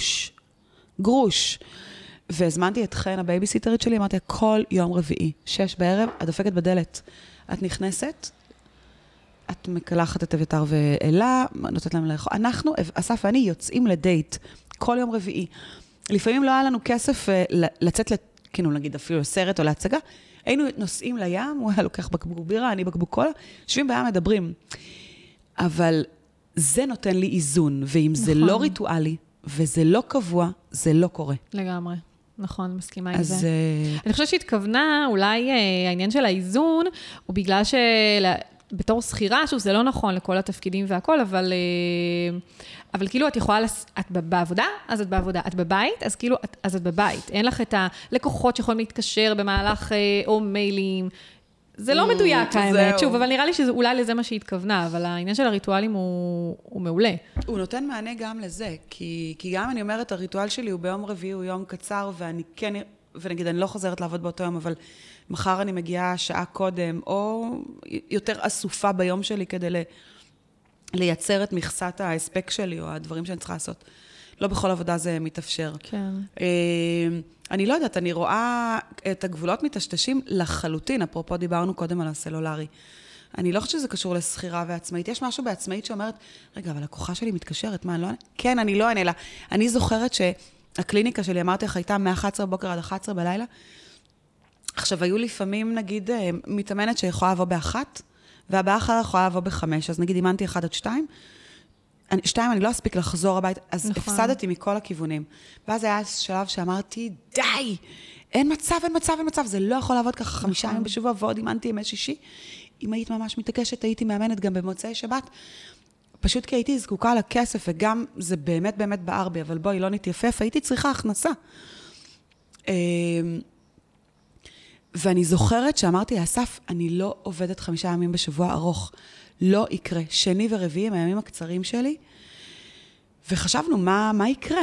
גרוש. והזמנתי את חן, הבייביסיטרית שלי, אמרתי, כל יום רביעי, 6 בערב, את דופקת בדלת. את נכנסת, את מקלחת את אביתר ואלה, נותנת להם לאכול. אנחנו, אסף ואני, יוצאים לדייט כל יום רביעי. לפעמים לא היה לנו כסף לצאת, כאילו נגיד אפילו לסרט או להצגה, היינו נוסעים לים, הוא היה לוקח בקבוק בירה, אני בקבוק קולה, יושבים בים מדברים. אבל זה נותן לי איזון, ואם זה לא ריטואלי, וזה לא קבוע, זה לא קורה. לגמרי. נכון, מסכימה עם זה. אני חושבת שהתכוונה, אולי העניין של האיזון, הוא בגלל בתור שכירה, שוב, זה לא נכון לכל התפקידים והכל, אבל כאילו את יכולה, את בעבודה, אז את בעבודה. את בבית, אז כאילו, אז את בבית. אין לך את הלקוחות שיכולים להתקשר במהלך או מיילים. זה לא מדויק, האמת. שוב, אבל נראה לי שאולי לזה מה שהתכוונה, אבל העניין של הריטואלים הוא מעולה. הוא נותן מענה גם לזה, כי גם אני אומרת, הריטואל שלי הוא ביום רביעי, הוא יום קצר, ואני כן, ונגיד, אני לא חוזרת לעבוד באותו יום, אבל מחר אני מגיעה שעה קודם, או יותר אסופה ביום שלי כדי לייצר את מכסת ההספק שלי, או הדברים שאני צריכה לעשות. לא בכל עבודה זה מתאפשר. כן. אני לא יודעת, אני רואה את הגבולות מתשתשים לחלוטין, אפרופו דיברנו קודם על הסלולרי. אני לא חושבת שזה קשור לסחירה ועצמאית. יש משהו בעצמאית שאומרת, רגע, אבל הכוחה שלי מתקשרת, מה, אני לא אענה? כן, אני לא אענה לה. אני זוכרת שהקליניקה שלי, אמרתי לך, הייתה מ-11 בבוקר עד 11 בלילה. עכשיו, היו לפעמים, נגיד, מתאמנת שיכולה לבוא ב-1, והבאה אחר יכולה לבוא ב-5, אז נגיד, אימנתי 1 עד 2, 2 אני לא אספיק לחזור הבית, אז נכון. הפסדתי מכל הכיוונים. ואז היה שלב שאמרתי, די, אין מצב, זה לא יכול לעבוד ככה 5 ימים בשבוע, ועוד אימנתי ימי שישי. אם היית ממש מתעקשת, הייתי מאמנת גם במוצאי שבת, פשוט כי הייתי זקוקה לכסף, וגם זה באמת בער בי, אבל בואי, לא נתייפף, הייתי צריכה הכנסה. ואני זוכרת שאמרתי, אסף, אני לא עובדת 5 ימים בשבוע ארוך, לא יקרה. שני ורביעי הם הימים הקצרים שלי, וחשבנו מה יקרה.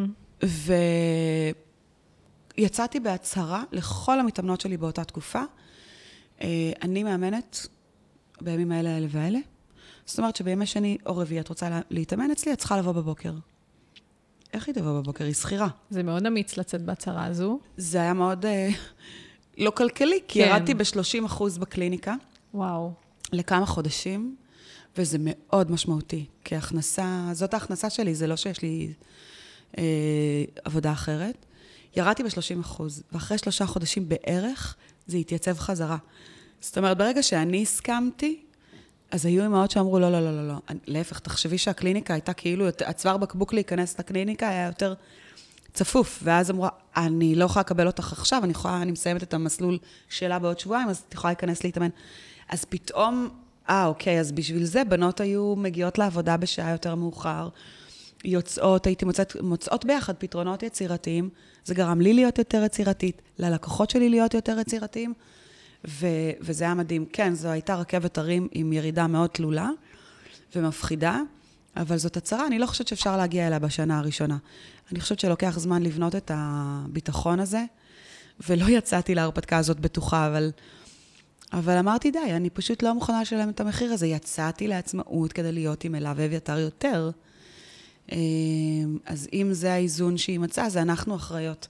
ויצאתי בהצהרה לכל המתאמנות שלי באותה תקופה. אני מאמנת בימים האלה והאלה. זאת אומרת שבימי שני או רביעי את רוצה להתאמן אצלי, את צריכה לבוא בבוקר. איך היא תבוא בבוקר? היא שכירה. זה מאוד אמיץ לצאת בהצהרה הזו. זה היה מאוד לא כלכלי, כי ירדתי ב-30% בקליניקה. וואו. לכמה חודשים, וזה מאוד משמעותי, כי זאת ההכנסה שלי, זה לא שיש לי עבודה אחרת. ירדתי ב-30%, ואחרי 3 חודשים בערך, זה התייצב חזרה. זאת אומרת, ברגע שאני הסכמתי, אז היו אמהות שאמרו, לא, לא, לא, לא, לא. להפך, תחשבי שהקליניקה הייתה כאילו, הצוואר בקבוק להיכנס לקליניקה היה יותר צפוף, ואז אמרו, אני לא יכולה לקבל אותך עכשיו, אני מסיימת את המסלול שלה בעוד שבועיים, אז את יכולה להיכנס להתאמן. אז פתאום, אוקיי, אז בשביל זה בנות היו מגיעות לעבודה בשעה יותר מאוחר, יוצאות, הייתי מוצאות ביחד פתרונות יצירתיים, זה גרם לי להיות יותר יצירתית, ללקוחות שלי להיות יותר יצירתיים, וזה היה מדהים. כן, זו הייתה רכבת הרים עם ירידה מאוד תלולה ומפחידה, אבל זאת הצהרה, אני לא חושבת שאפשר להגיע אליה בשנה הראשונה. אני חושבת שלוקח זמן לבנות את הביטחון הזה, ולא יצאתי להרפתקה הזאת בטוחה, אבל אמרתי די, אני פשוט לא מוכנה לשלם את המחיר הזה, יצאתי לעצמאות כדי להיות עם אלה ואביתר יותר, אז אם זה האיזון שהיא מצאה, זה אנחנו אחראיות.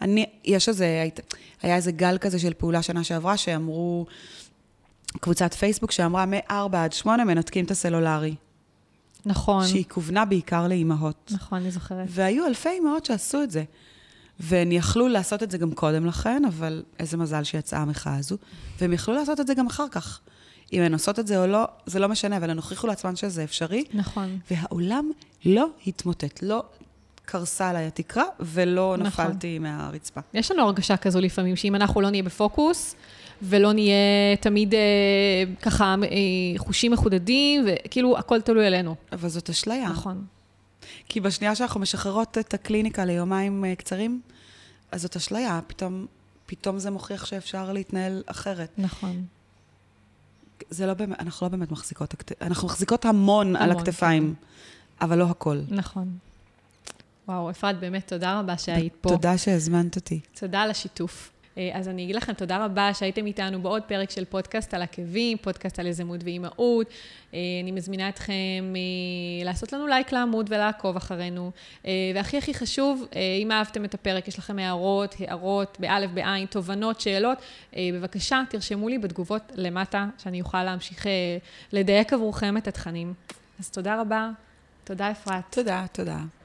היה איזה גל כזה של פעולה שנה שעברה, שאמרו, קבוצת פייסבוק שאמרה, מ-4 עד 8 מנתקים את הסלולרי. נכון. שהיא כוונה בעיקר לאימהות. נכון, אני זוכרת. והיו אלפי אימהות שעשו את זה. והן יכלו לעשות את זה גם קודם לכן, אבל איזה מזל שיצאה המחאה הזו. והם יכלו לעשות את זה גם אחר כך. אם הן עושות את זה או לא, זה לא משנה, אבל הן הוכיחו לעצמן שזה אפשרי. נכון. והעולם לא התמוטט, לא קרסה עליי התקרה, ולא נכון. נפלתי מהרצפה. יש לנו הרגשה כזו לפעמים, שאם אנחנו לא נהיה בפוקוס, ולא נהיה תמיד ככה חושים מחודדים, וכאילו הכל תלוי עלינו. אבל זאת אשליה. נכון. כי בשנייה שאנחנו משחררות את הקליניקה ליומיים קצרים, אז זאת אשליה, פתאום זה מוכיח שאפשר להתנהל אחרת. נכון. זה לא באמת, אנחנו לא באמת מחזיקות, אנחנו מחזיקות המון על הכתפיים, אבל לא הכל. נכון. וואו, אפרת, באמת תודה רבה שהיית פה. תודה שהזמנת אותי. תודה על השיתוף. אז אני אגיד לכם תודה רבה שהייתם איתנו בעוד פרק של פודקאסט על עקבים, פודקאסט על יזמות ואימהות. אני מזמינה אתכם לעשות לנו לייק לעמוד ולעקוב אחרינו. והכי הכי חשוב, אם אהבתם את הפרק, יש לכם הערות, באלף, בעין, תובנות, שאלות, בבקשה תרשמו לי בתגובות למטה, שאני אוכל להמשיך לדייק עבורכם את התכנים. אז תודה רבה. תודה אפרת. תודה.